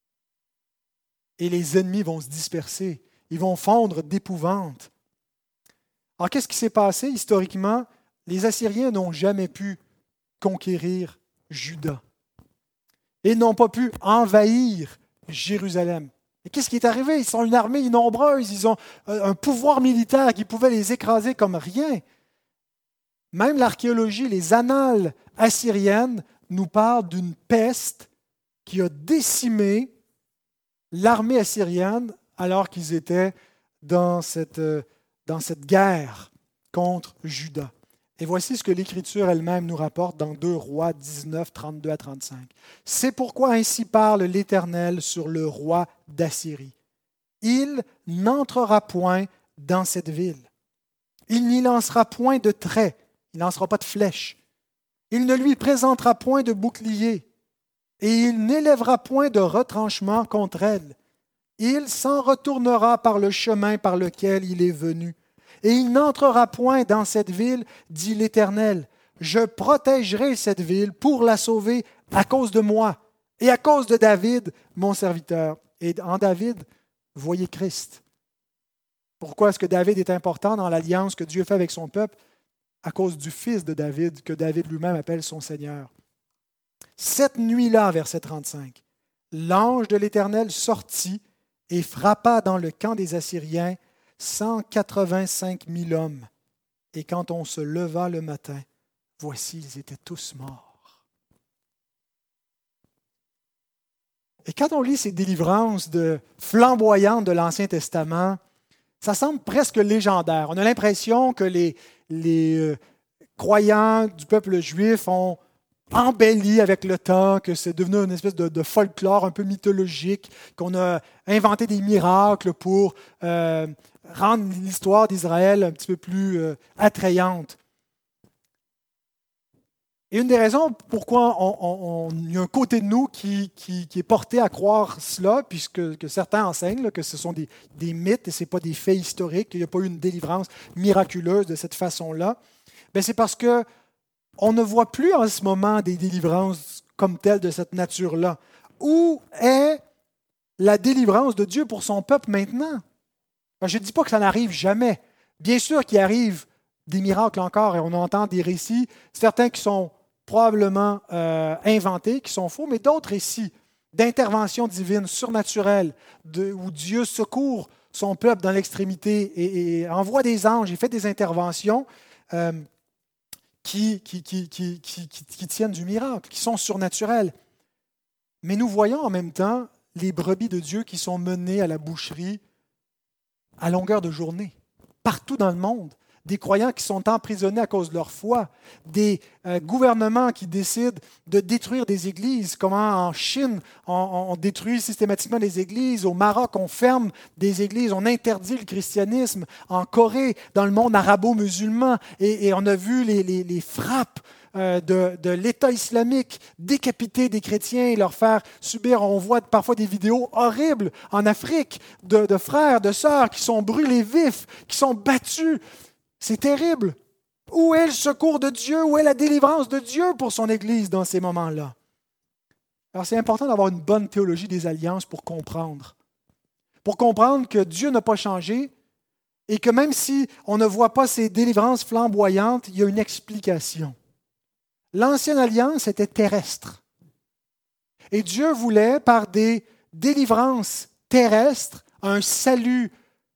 Et les ennemis vont se disperser. Ils vont fondre d'épouvante. Alors, qu'est-ce qui s'est passé historiquement? Les Assyriens n'ont jamais pu conquérir Juda. Ils n'ont pas pu envahir Jérusalem. Et qu'est-ce qui est arrivé? Ils sont une armée nombreuse, ils ont un pouvoir militaire qui pouvait les écraser comme rien. Même l'archéologie, les annales assyriennes nous parlent d'une peste qui a décimé l'armée assyrienne alors qu'ils étaient dans cette guerre contre Juda. Et voici ce que l'Écriture elle-même nous rapporte dans 2 Rois 19, 32 à 35. « C'est pourquoi ainsi parle l'Éternel sur le roi d'Assyrie. Il n'entrera point dans cette ville. Il n'y lancera point de trait, il ne lancera pas de flèche. Il ne lui présentera point de bouclier, et il n'élèvera point de retranchement contre elle. Il s'en retournera par le chemin par lequel il est venu. Et il n'entrera point dans cette ville, dit l'Éternel. Je protégerai cette ville pour la sauver à cause de moi et à cause de David, mon serviteur. » Et en David, voyez Christ. Pourquoi est-ce que David est important dans l'alliance que Dieu fait avec son peuple? À cause du fils de David, que David lui-même appelle son Seigneur. Cette nuit-là, verset 35, l'ange de l'Éternel sortit et frappa dans le camp des Assyriens 185 000 hommes. Et quand on se leva le matin, voici, ils étaient tous morts. Et quand on lit ces délivrances flamboyantes de l'Ancien Testament, ça semble presque légendaire. On a l'impression que les croyants du peuple juif ont embelli avec le temps, que c'est devenu une espèce de folklore un peu mythologique, qu'on a inventé des miracles pour rendre l'histoire d'Israël un petit peu plus attrayante. Et une des raisons pourquoi il y a un côté de nous qui est porté à croire cela, puisque que certains enseignent là, que ce sont des mythes et ce n'est pas des faits historiques, qu'il n'y a pas eu une délivrance miraculeuse de cette façon-là, c'est parce qu'on ne voit plus en ce moment des délivrances comme telles de cette nature-là. Où est la délivrance de Dieu pour son peuple maintenant. Je ne dis pas que ça n'arrive jamais. Bien sûr qu'il arrive des miracles encore, et on entend des récits, certains qui sont probablement inventés, qui sont faux, mais d'autres récits d'intervention divine, surnaturelle, où Dieu secourt son peuple dans l'extrémité et envoie des anges et fait des interventions qui tiennent du miracle, qui sont surnaturelles. Mais nous voyons en même temps les brebis de Dieu qui sont menées à la boucherie à longueur de journée, partout dans le monde. Des croyants qui sont emprisonnés à cause de leur foi, des gouvernements qui décident de détruire des églises, comment en Chine on détruit systématiquement des églises, au Maroc on ferme des églises, on interdit le christianisme, en Corée, dans le monde arabo-musulman, et on a vu les frappes de l'État islamique décapiter des chrétiens et leur faire subir, on voit parfois des vidéos horribles en Afrique de frères, de sœurs qui sont brûlés vifs, qui sont battus. C'est terrible. Où est le secours de Dieu? Où est la délivrance de Dieu pour son Église dans ces moments-là? Alors c'est important d'avoir une bonne théologie des alliances pour comprendre. Pour comprendre que Dieu n'a pas changé et que même si on ne voit pas ces délivrances flamboyantes, il y a une explication. L'ancienne alliance était terrestre. Et Dieu voulait, par des délivrances terrestres, un salut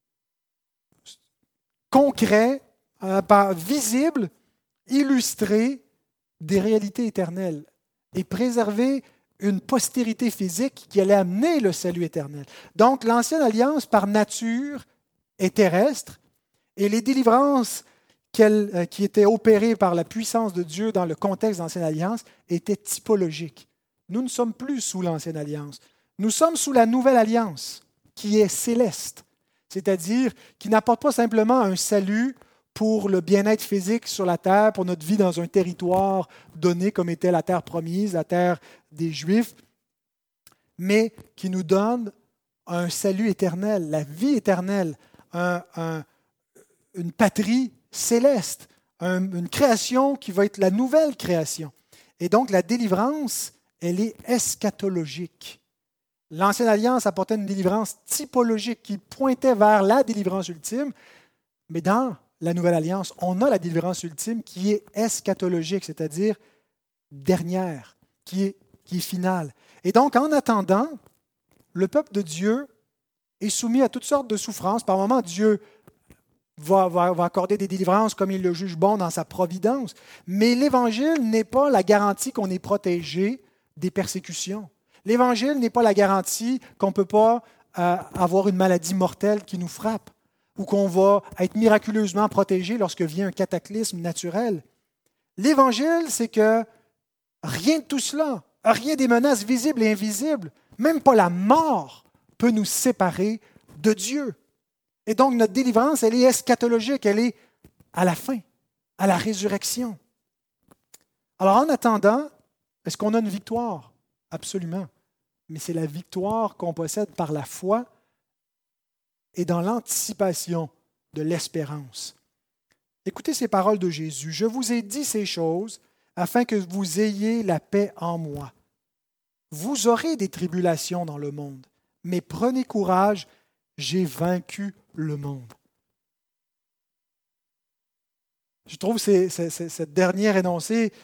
concret, visible, illustrer des réalités éternelles et préserver une postérité physique qui allait amener le salut éternel. Donc, l'ancienne alliance, par nature, est terrestre et les délivrances qui étaient opérées par la puissance de Dieu dans le contexte de l'ancienne alliance étaient typologiques. Nous ne sommes plus sous l'ancienne alliance. Nous sommes sous la nouvelle alliance qui est céleste, c'est-à-dire qui n'apporte pas simplement un salut pour le bien-être physique sur la terre, pour notre vie dans un territoire donné comme était la terre promise, la terre des Juifs, mais qui nous donne un salut éternel, la vie éternelle, une patrie céleste, une création qui va être la nouvelle création. Et donc la délivrance, elle est eschatologique. L'ancienne alliance apportait une délivrance typologique qui pointait vers la délivrance ultime, mais dans la nouvelle alliance, on a la délivrance ultime qui est eschatologique, c'est-à-dire dernière, qui est finale. Et donc, en attendant, le peuple de Dieu est soumis à toutes sortes de souffrances. Par moments, Dieu va accorder des délivrances comme il le juge bon dans sa providence. Mais l'Évangile n'est pas la garantie qu'on est protégé des persécutions. L'Évangile n'est pas la garantie qu'on ne peut pas avoir une maladie mortelle qui nous frappe ou qu'on va être miraculeusement protégé lorsque vient un cataclysme naturel. L'Évangile, c'est que rien de tout cela, rien des menaces visibles et invisibles, même pas la mort, peut nous séparer de Dieu. Et donc, notre délivrance, elle est eschatologique, elle est à la fin, à la résurrection. Alors, en attendant, est-ce qu'on a une victoire? Absolument. Mais c'est la victoire qu'on possède par la foi et dans l'anticipation de l'espérance. Écoutez ces paroles de Jésus. « Je vous ai dit ces choses afin que vous ayez la paix en moi. Vous aurez des tribulations dans le monde, mais prenez courage, j'ai vaincu le monde. » Je trouve cette dernière énoncé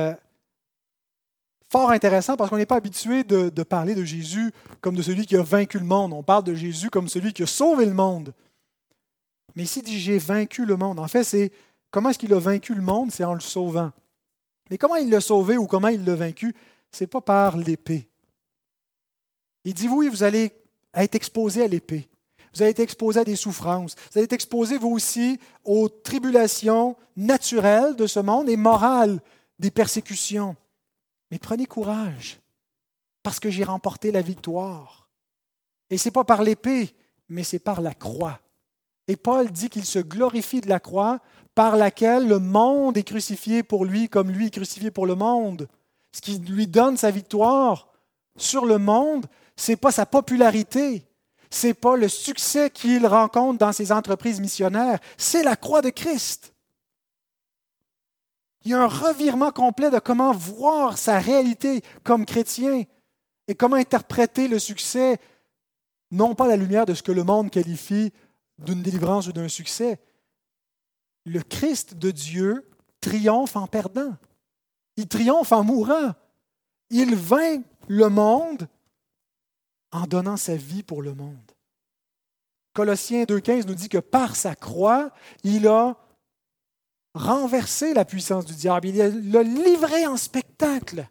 fort intéressant parce qu'on n'est pas habitué de parler de Jésus comme de celui qui a vaincu le monde. On parle de Jésus comme celui qui a sauvé le monde. Mais ici, il dit « j'ai vaincu le monde ». En fait, c'est comment est-ce qu'il a vaincu le monde? C'est en le sauvant. Mais comment il l'a sauvé ou comment il l'a vaincu? Ce n'est pas par l'épée. Il dit « oui, vous allez être exposés à l'épée. Vous allez être exposés à des souffrances. Vous allez être exposés, vous aussi, aux tribulations naturelles de ce monde et morales des persécutions. Mais prenez courage, parce que j'ai remporté la victoire. Et ce n'est pas par l'épée, mais c'est par la croix. Et Paul dit qu'il se glorifie de la croix par laquelle le monde est crucifié pour lui comme lui est crucifié pour le monde. Ce qui lui donne sa victoire sur le monde, ce n'est pas sa popularité, ce n'est pas le succès qu'il rencontre dans ses entreprises missionnaires, c'est la croix de Christ. Il y a un revirement complet de comment voir sa réalité comme chrétien et comment interpréter le succès non pas à la lumière de ce que le monde qualifie d'une délivrance ou d'un succès. Le Christ de Dieu triomphe en perdant. Il triomphe en mourant. Il vainc le monde en donnant sa vie pour le monde. Colossiens 2,15 nous dit que par sa croix, il a renversé la puissance du diable. Il l'a livré en spectacle.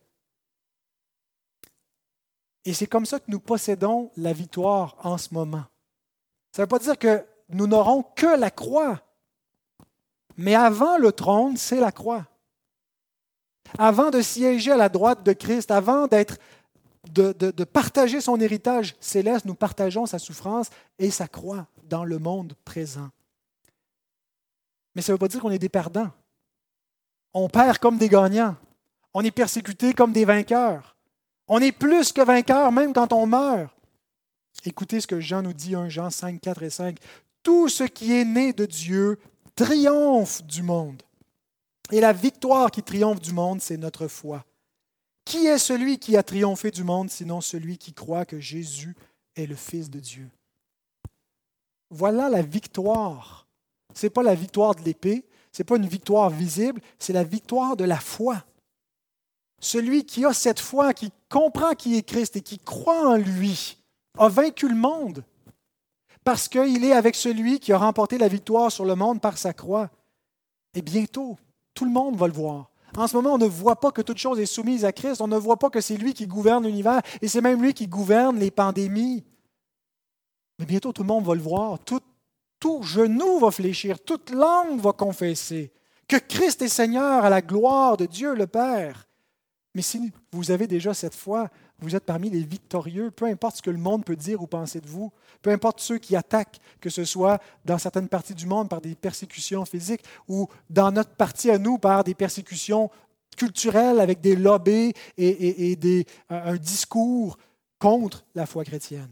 Et c'est comme ça que nous possédons la victoire en ce moment. Ça ne veut pas dire que nous n'aurons que la croix. Mais avant le trône, c'est la croix. Avant de siéger à la droite de Christ, avant de partager son héritage céleste, nous partageons sa souffrance et sa croix dans le monde présent. Mais ça ne veut pas dire qu'on est des perdants. On perd comme des gagnants. On est persécutés comme des vainqueurs. On est plus que vainqueurs même quand on meurt. Écoutez ce que Jean nous dit, 1 Jean 5, 4 et 5. Tout ce qui est né de Dieu triomphe du monde. Et la victoire qui triomphe du monde, c'est notre foi. Qui est celui qui a triomphé du monde, sinon celui qui croit que Jésus est le Fils de Dieu? Voilà la victoire. Ce n'est pas la victoire de l'épée, ce n'est pas une victoire visible, c'est la victoire de la foi. Celui qui a cette foi, qui comprend qui est Christ et qui croit en lui, a vaincu le monde parce qu'il est avec celui qui a remporté la victoire sur le monde par sa croix. Et bientôt, tout le monde va le voir. En ce moment, on ne voit pas que toute chose est soumise à Christ. On ne voit pas que c'est lui qui gouverne l'univers et c'est même lui qui gouverne les pandémies. Mais bientôt, tout le monde va le voir. Tout genou va fléchir, toute langue va confesser que Christ est Seigneur à la gloire de Dieu le Père. Mais si vous avez déjà cette foi, vous êtes parmi les victorieux, peu importe ce que le monde peut dire ou penser de vous, peu importe ceux qui attaquent, que ce soit dans certaines parties du monde par des persécutions physiques ou dans notre partie à nous par des persécutions culturelles avec des lobbies et un discours contre la foi chrétienne.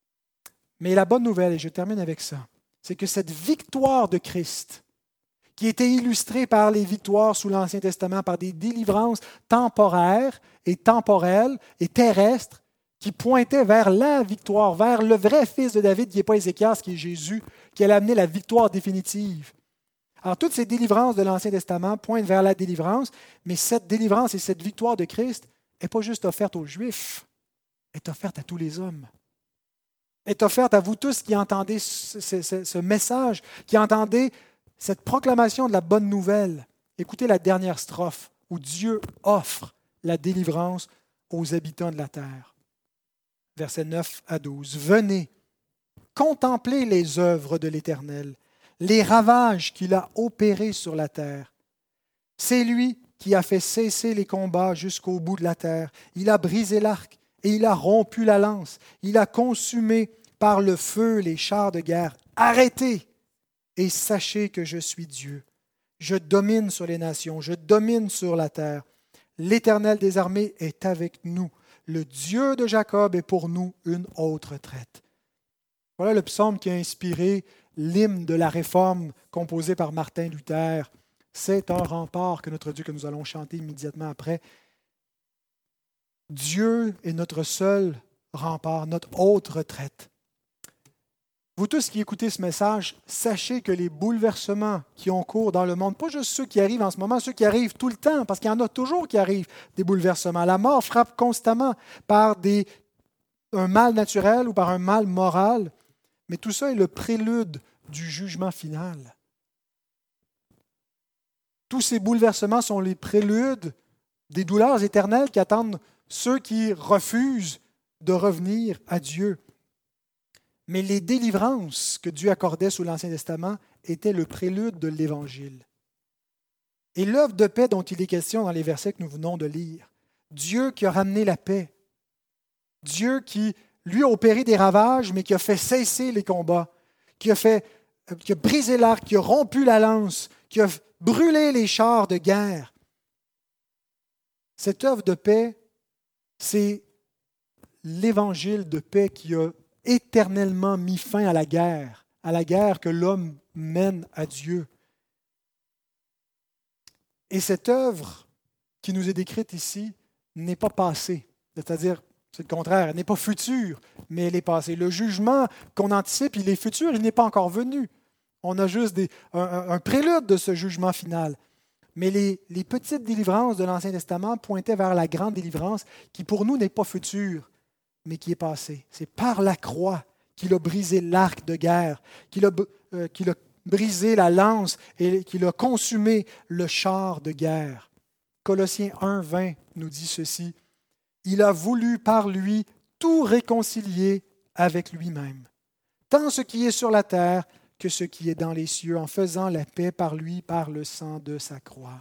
Mais la bonne nouvelle, et je termine avec ça, c'est que cette victoire de Christ, qui était illustrée par les victoires sous l'Ancien Testament, par des délivrances temporaires et temporelles et terrestres, qui pointaient vers la victoire, vers le vrai fils de David, qui n'est pas Ézéchias, qui est Jésus, qui allait amener la victoire définitive. Alors, toutes ces délivrances de l'Ancien Testament pointent vers la délivrance, mais cette délivrance et cette victoire de Christ n'est pas juste offerte aux Juifs, elle est offerte à tous les hommes. Elle est offerte à vous tous qui entendez ce message, qui entendez cette proclamation de la bonne nouvelle. Écoutez la dernière strophe où Dieu offre la délivrance aux habitants de la terre. Versets 9 à 12. Venez, contemplez les œuvres de l'Éternel, les ravages qu'il a opérés sur la terre. C'est lui qui a fait cesser les combats jusqu'au bout de la terre. Il a brisé l'arc et il a rompu la lance. Il a consumé par le feu les chars de guerre. Arrêtez et sachez que je suis Dieu. Je domine sur les nations, je domine sur la terre. L'Éternel des armées est avec nous. Le Dieu de Jacob est pour nous une haute retraite. Voilà le psaume qui a inspiré l'hymne de la Réforme composé par Martin Luther. C'est un rempart que notre Dieu, que nous allons chanter immédiatement après. Dieu est notre seul rempart, notre haute retraite. Vous tous qui écoutez ce message, sachez que les bouleversements qui ont cours dans le monde, pas juste ceux qui arrivent en ce moment, ceux qui arrivent tout le temps, parce qu'il y en a toujours qui arrivent, des bouleversements. La mort frappe constamment par un mal naturel ou par un mal moral, mais tout ça est le prélude du jugement final. Tous ces bouleversements sont les préludes des douleurs éternelles qui attendent ceux qui refusent de revenir à Dieu. Mais les délivrances que Dieu accordait sous l'Ancien Testament étaient le prélude de l'Évangile. Et l'œuvre de paix dont il est question dans les versets que nous venons de lire, Dieu qui a ramené la paix, Dieu qui, lui, a opéré des ravages, mais qui a fait cesser les combats, qui a brisé l'arc, qui a rompu la lance, qui a brûlé les chars de guerre. Cette œuvre de paix, c'est l'Évangile de paix qui a éternellement mis fin à la guerre que l'homme mène à Dieu. Et cette œuvre qui nous est décrite ici n'est pas passée. C'est-à-dire, C'est le contraire. Elle n'est pas future, mais elle est passée. Le jugement qu'on anticipe, il est futur, il n'est pas encore venu. On a juste un prélude de ce jugement final. Mais les petites délivrances de l'Ancien Testament pointaient vers la grande délivrance qui, pour nous, n'est pas future, mais qui est passée. C'est par la croix qu'il a brisé l'arc de guerre, qu'il a brisé la lance et qu'il a consumé le char de guerre. Colossiens 1, 20 nous dit ceci. Il a voulu par lui tout réconcilier avec lui-même, tant ce qui est sur la terre que ce qui est dans les cieux, en faisant la paix par lui, par le sang de sa croix.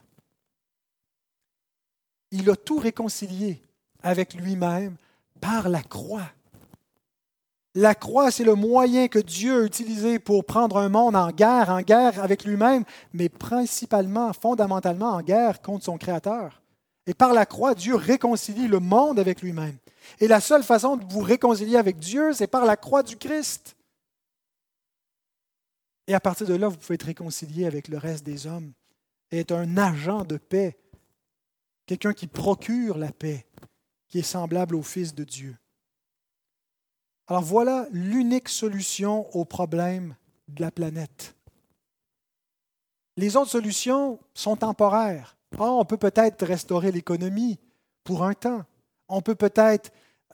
Il a tout réconcilié avec lui-même par la croix. La croix, c'est le moyen que Dieu a utilisé pour prendre un monde en guerre avec lui-même, mais principalement, fondamentalement en guerre contre son Créateur. Et par la croix, Dieu réconcilie le monde avec lui-même. Et la seule façon de vous réconcilier avec Dieu, c'est par la croix du Christ. Et à partir de là, vous pouvez être réconcilié avec le reste des hommes et être un agent de paix, quelqu'un qui procure la paix, qui est semblable au Fils de Dieu. Alors voilà l'unique solution au problème de la planète. Les autres solutions sont temporaires. On peut peut-être restaurer l'économie pour un temps. On peut peut-être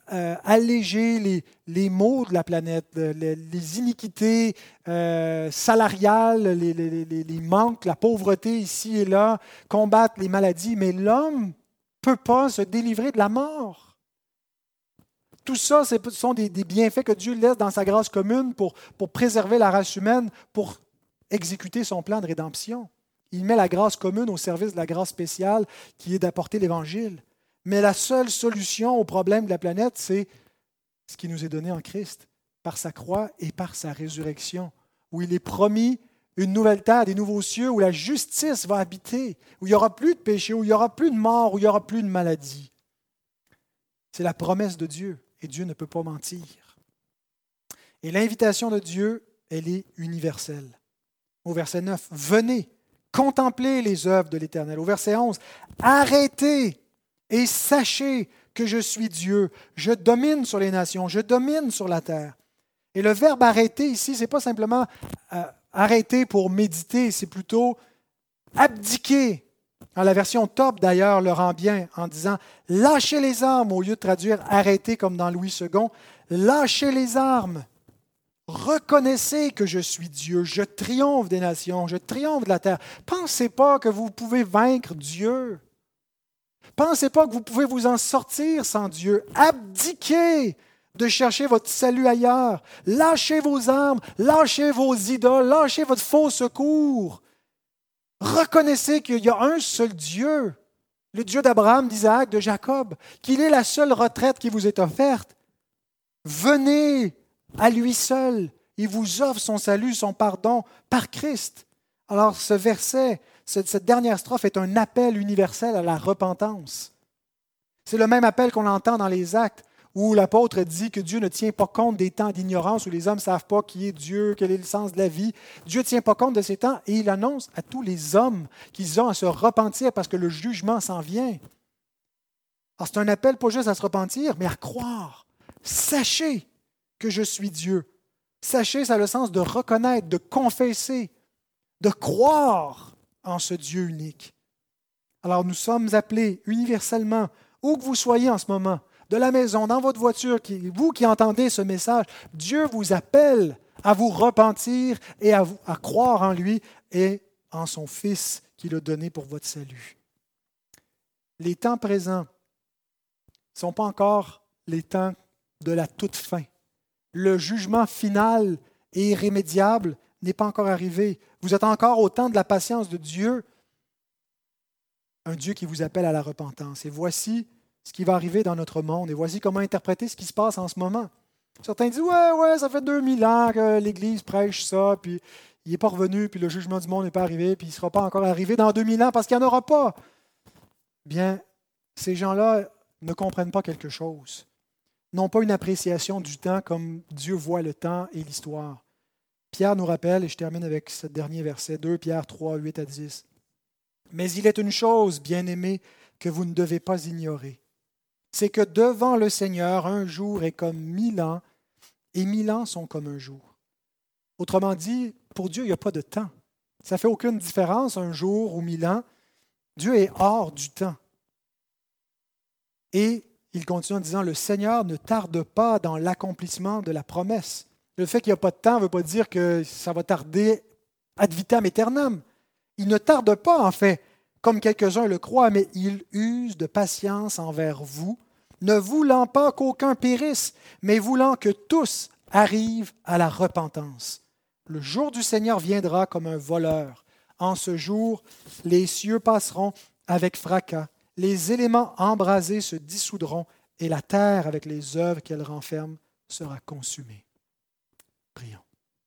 alléger les maux de la planète, les iniquités salariales, les manques, la pauvreté ici et là, combattre les maladies, mais l'homme ne peut pas se délivrer de la mort. Tout ça, ce sont des bienfaits que Dieu laisse dans sa grâce commune pour préserver la race humaine, pour exécuter son plan de rédemption. Il met la grâce commune au service de la grâce spéciale qui est d'apporter l'Évangile. Mais la seule solution au problème de la planète, c'est ce qui nous est donné en Christ, par sa croix et par sa résurrection, où il est promis une nouvelle terre, des nouveaux cieux, où la justice va habiter, où il n'y aura plus de péché, où il n'y aura plus de mort, où il n'y aura plus de maladie. C'est la promesse de Dieu, et Dieu ne peut pas mentir. Et l'invitation de Dieu, elle est universelle. Au verset 9, « Venez, contemplez les œuvres de l'Éternel. » Au verset 11, « Arrêtez et sachez que je suis Dieu. Je domine sur les nations, je domine sur la terre. » Et le verbe « arrêter » ici, ce n'est pas simplement arrêter pour méditer, c'est plutôt abdiquer. La version top, d'ailleurs, le rend bien en disant « lâchez les armes » au lieu de traduire « arrêter » comme dans Louis II. « Lâchez les armes. Reconnaissez que je suis Dieu. Je triomphe des nations, je triomphe de la terre. Pensez pas que vous pouvez vaincre Dieu. Pensez pas que vous pouvez vous en sortir sans Dieu. Abdiquez de chercher votre salut ailleurs. Lâchez vos armes, lâchez vos idoles, lâchez votre faux secours. Reconnaissez qu'il y a un seul Dieu, le Dieu d'Abraham, d'Isaac, de Jacob, qu'il est la seule retraite qui vous est offerte. Venez à lui seul. Il vous offre son salut, son pardon par Christ. Alors ce verset, cette dernière strophe est un appel universel à la repentance. C'est le même appel qu'on entend dans les Actes, où l'apôtre dit que Dieu ne tient pas compte des temps d'ignorance où les hommes ne savent pas qui est Dieu, quel est le sens de la vie. Dieu ne tient pas compte de ces temps et il annonce à tous les hommes qu'ils ont à se repentir parce que le jugement s'en vient. Alors c'est un appel pas juste à se repentir, mais à croire. Sachez que je suis Dieu. Sachez, ça a le sens de reconnaître, de confesser, de croire en ce Dieu unique. Alors nous sommes appelés universellement, où que vous soyez en ce moment, de la maison, dans votre voiture, vous qui entendez ce message, Dieu vous appelle à vous repentir et à croire en lui et en son Fils qu'il a donné pour votre salut. Les temps présents ne sont pas encore les temps de la toute fin. Le jugement final et irrémédiable n'est pas encore arrivé. Vous êtes encore au temps de la patience de Dieu, un Dieu qui vous appelle à la repentance. Et voici ce qui va arriver dans notre monde, et voici comment interpréter ce qui se passe en ce moment. Certains disent « Ouais, ça fait 2000 ans que l'Église prêche ça, puis il n'est pas revenu, puis le jugement du monde n'est pas arrivé, puis il ne sera pas encore arrivé dans 2000 ans parce qu'il n'y en aura pas. » Bien, ces gens-là ne comprennent pas quelque chose, n'ont pas une appréciation du temps comme Dieu voit le temps et l'histoire. Pierre nous rappelle, et je termine avec ce dernier verset, 2 Pierre 3, 8 à 10. « Mais il est une chose, bien-aimés, que vous ne devez pas ignorer. c'est que devant le Seigneur, un jour est comme 1000 ans, et 1000 ans sont comme un jour. Autrement dit, pour Dieu, il n'y a pas de temps. Ça ne fait aucune différence, un jour ou 1000 ans. Dieu est hors du temps. Et il continue en disant, le Seigneur ne tarde pas dans l'accomplissement de la promesse. Le fait qu'il n'y a pas de temps ne veut pas dire que ça va tarder ad vitam aeternam. Il ne tarde pas, en fait, comme quelques-uns le croient, mais il use de patience envers vous, ne voulant pas qu'aucun périsse, mais voulant que tous arrivent à la repentance. Le jour du Seigneur viendra comme un voleur. En ce jour, les cieux passeront avec fracas, les éléments embrasés se dissoudront et la terre, avec les œuvres qu'elle renferme, sera consumée. Prions.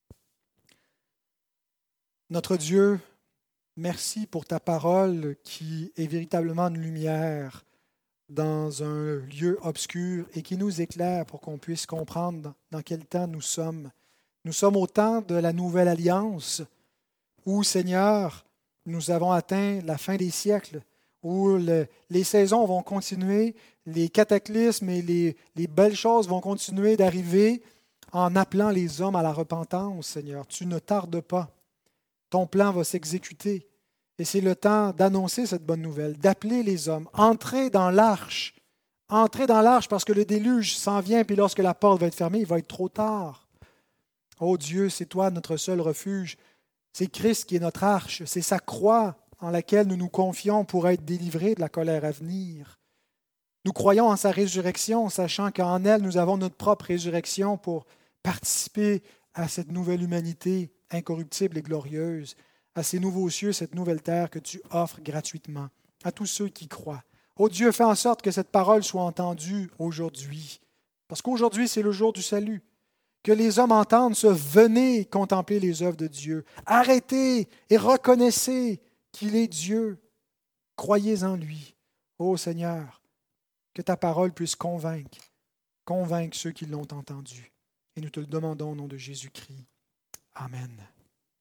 Notre Dieu, merci pour ta parole qui est véritablement une lumière dans un lieu obscur et qui nous éclaire pour qu'on puisse comprendre dans quel temps nous sommes. Nous sommes au temps de la nouvelle alliance où, Seigneur, nous avons atteint la fin des siècles, où les saisons vont continuer, les cataclysmes et les belles choses vont continuer d'arriver en appelant les hommes à la repentance, Seigneur. Tu ne tardes pas. Ton plan va s'exécuter. Et c'est le temps d'annoncer cette bonne nouvelle, d'appeler les hommes. Entrez dans l'arche. Entrez dans l'arche parce que le déluge s'en vient, puis lorsque la porte va être fermée, il va être trop tard. Oh Dieu, c'est toi notre seul refuge. C'est Christ qui est notre arche. C'est sa croix en laquelle nous nous confions pour être délivrés de la colère à venir. Nous croyons en sa résurrection, sachant qu'en elle, nous avons notre propre résurrection pour participer à cette nouvelle humanité incorruptible et glorieuse, à ces nouveaux cieux, cette nouvelle terre que tu offres gratuitement à tous ceux qui croient. Oh Dieu, fais en sorte que cette parole soit entendue aujourd'hui, parce qu'aujourd'hui, c'est le jour du salut. Que les hommes entendent ce « venez contempler les œuvres de Dieu ». Arrêtez et reconnaissez qu'il est Dieu. Croyez en lui. Ô Seigneur, que ta parole puisse convaincre ceux qui l'ont entendu. Et nous te le demandons au nom de Jésus-Christ. Amen.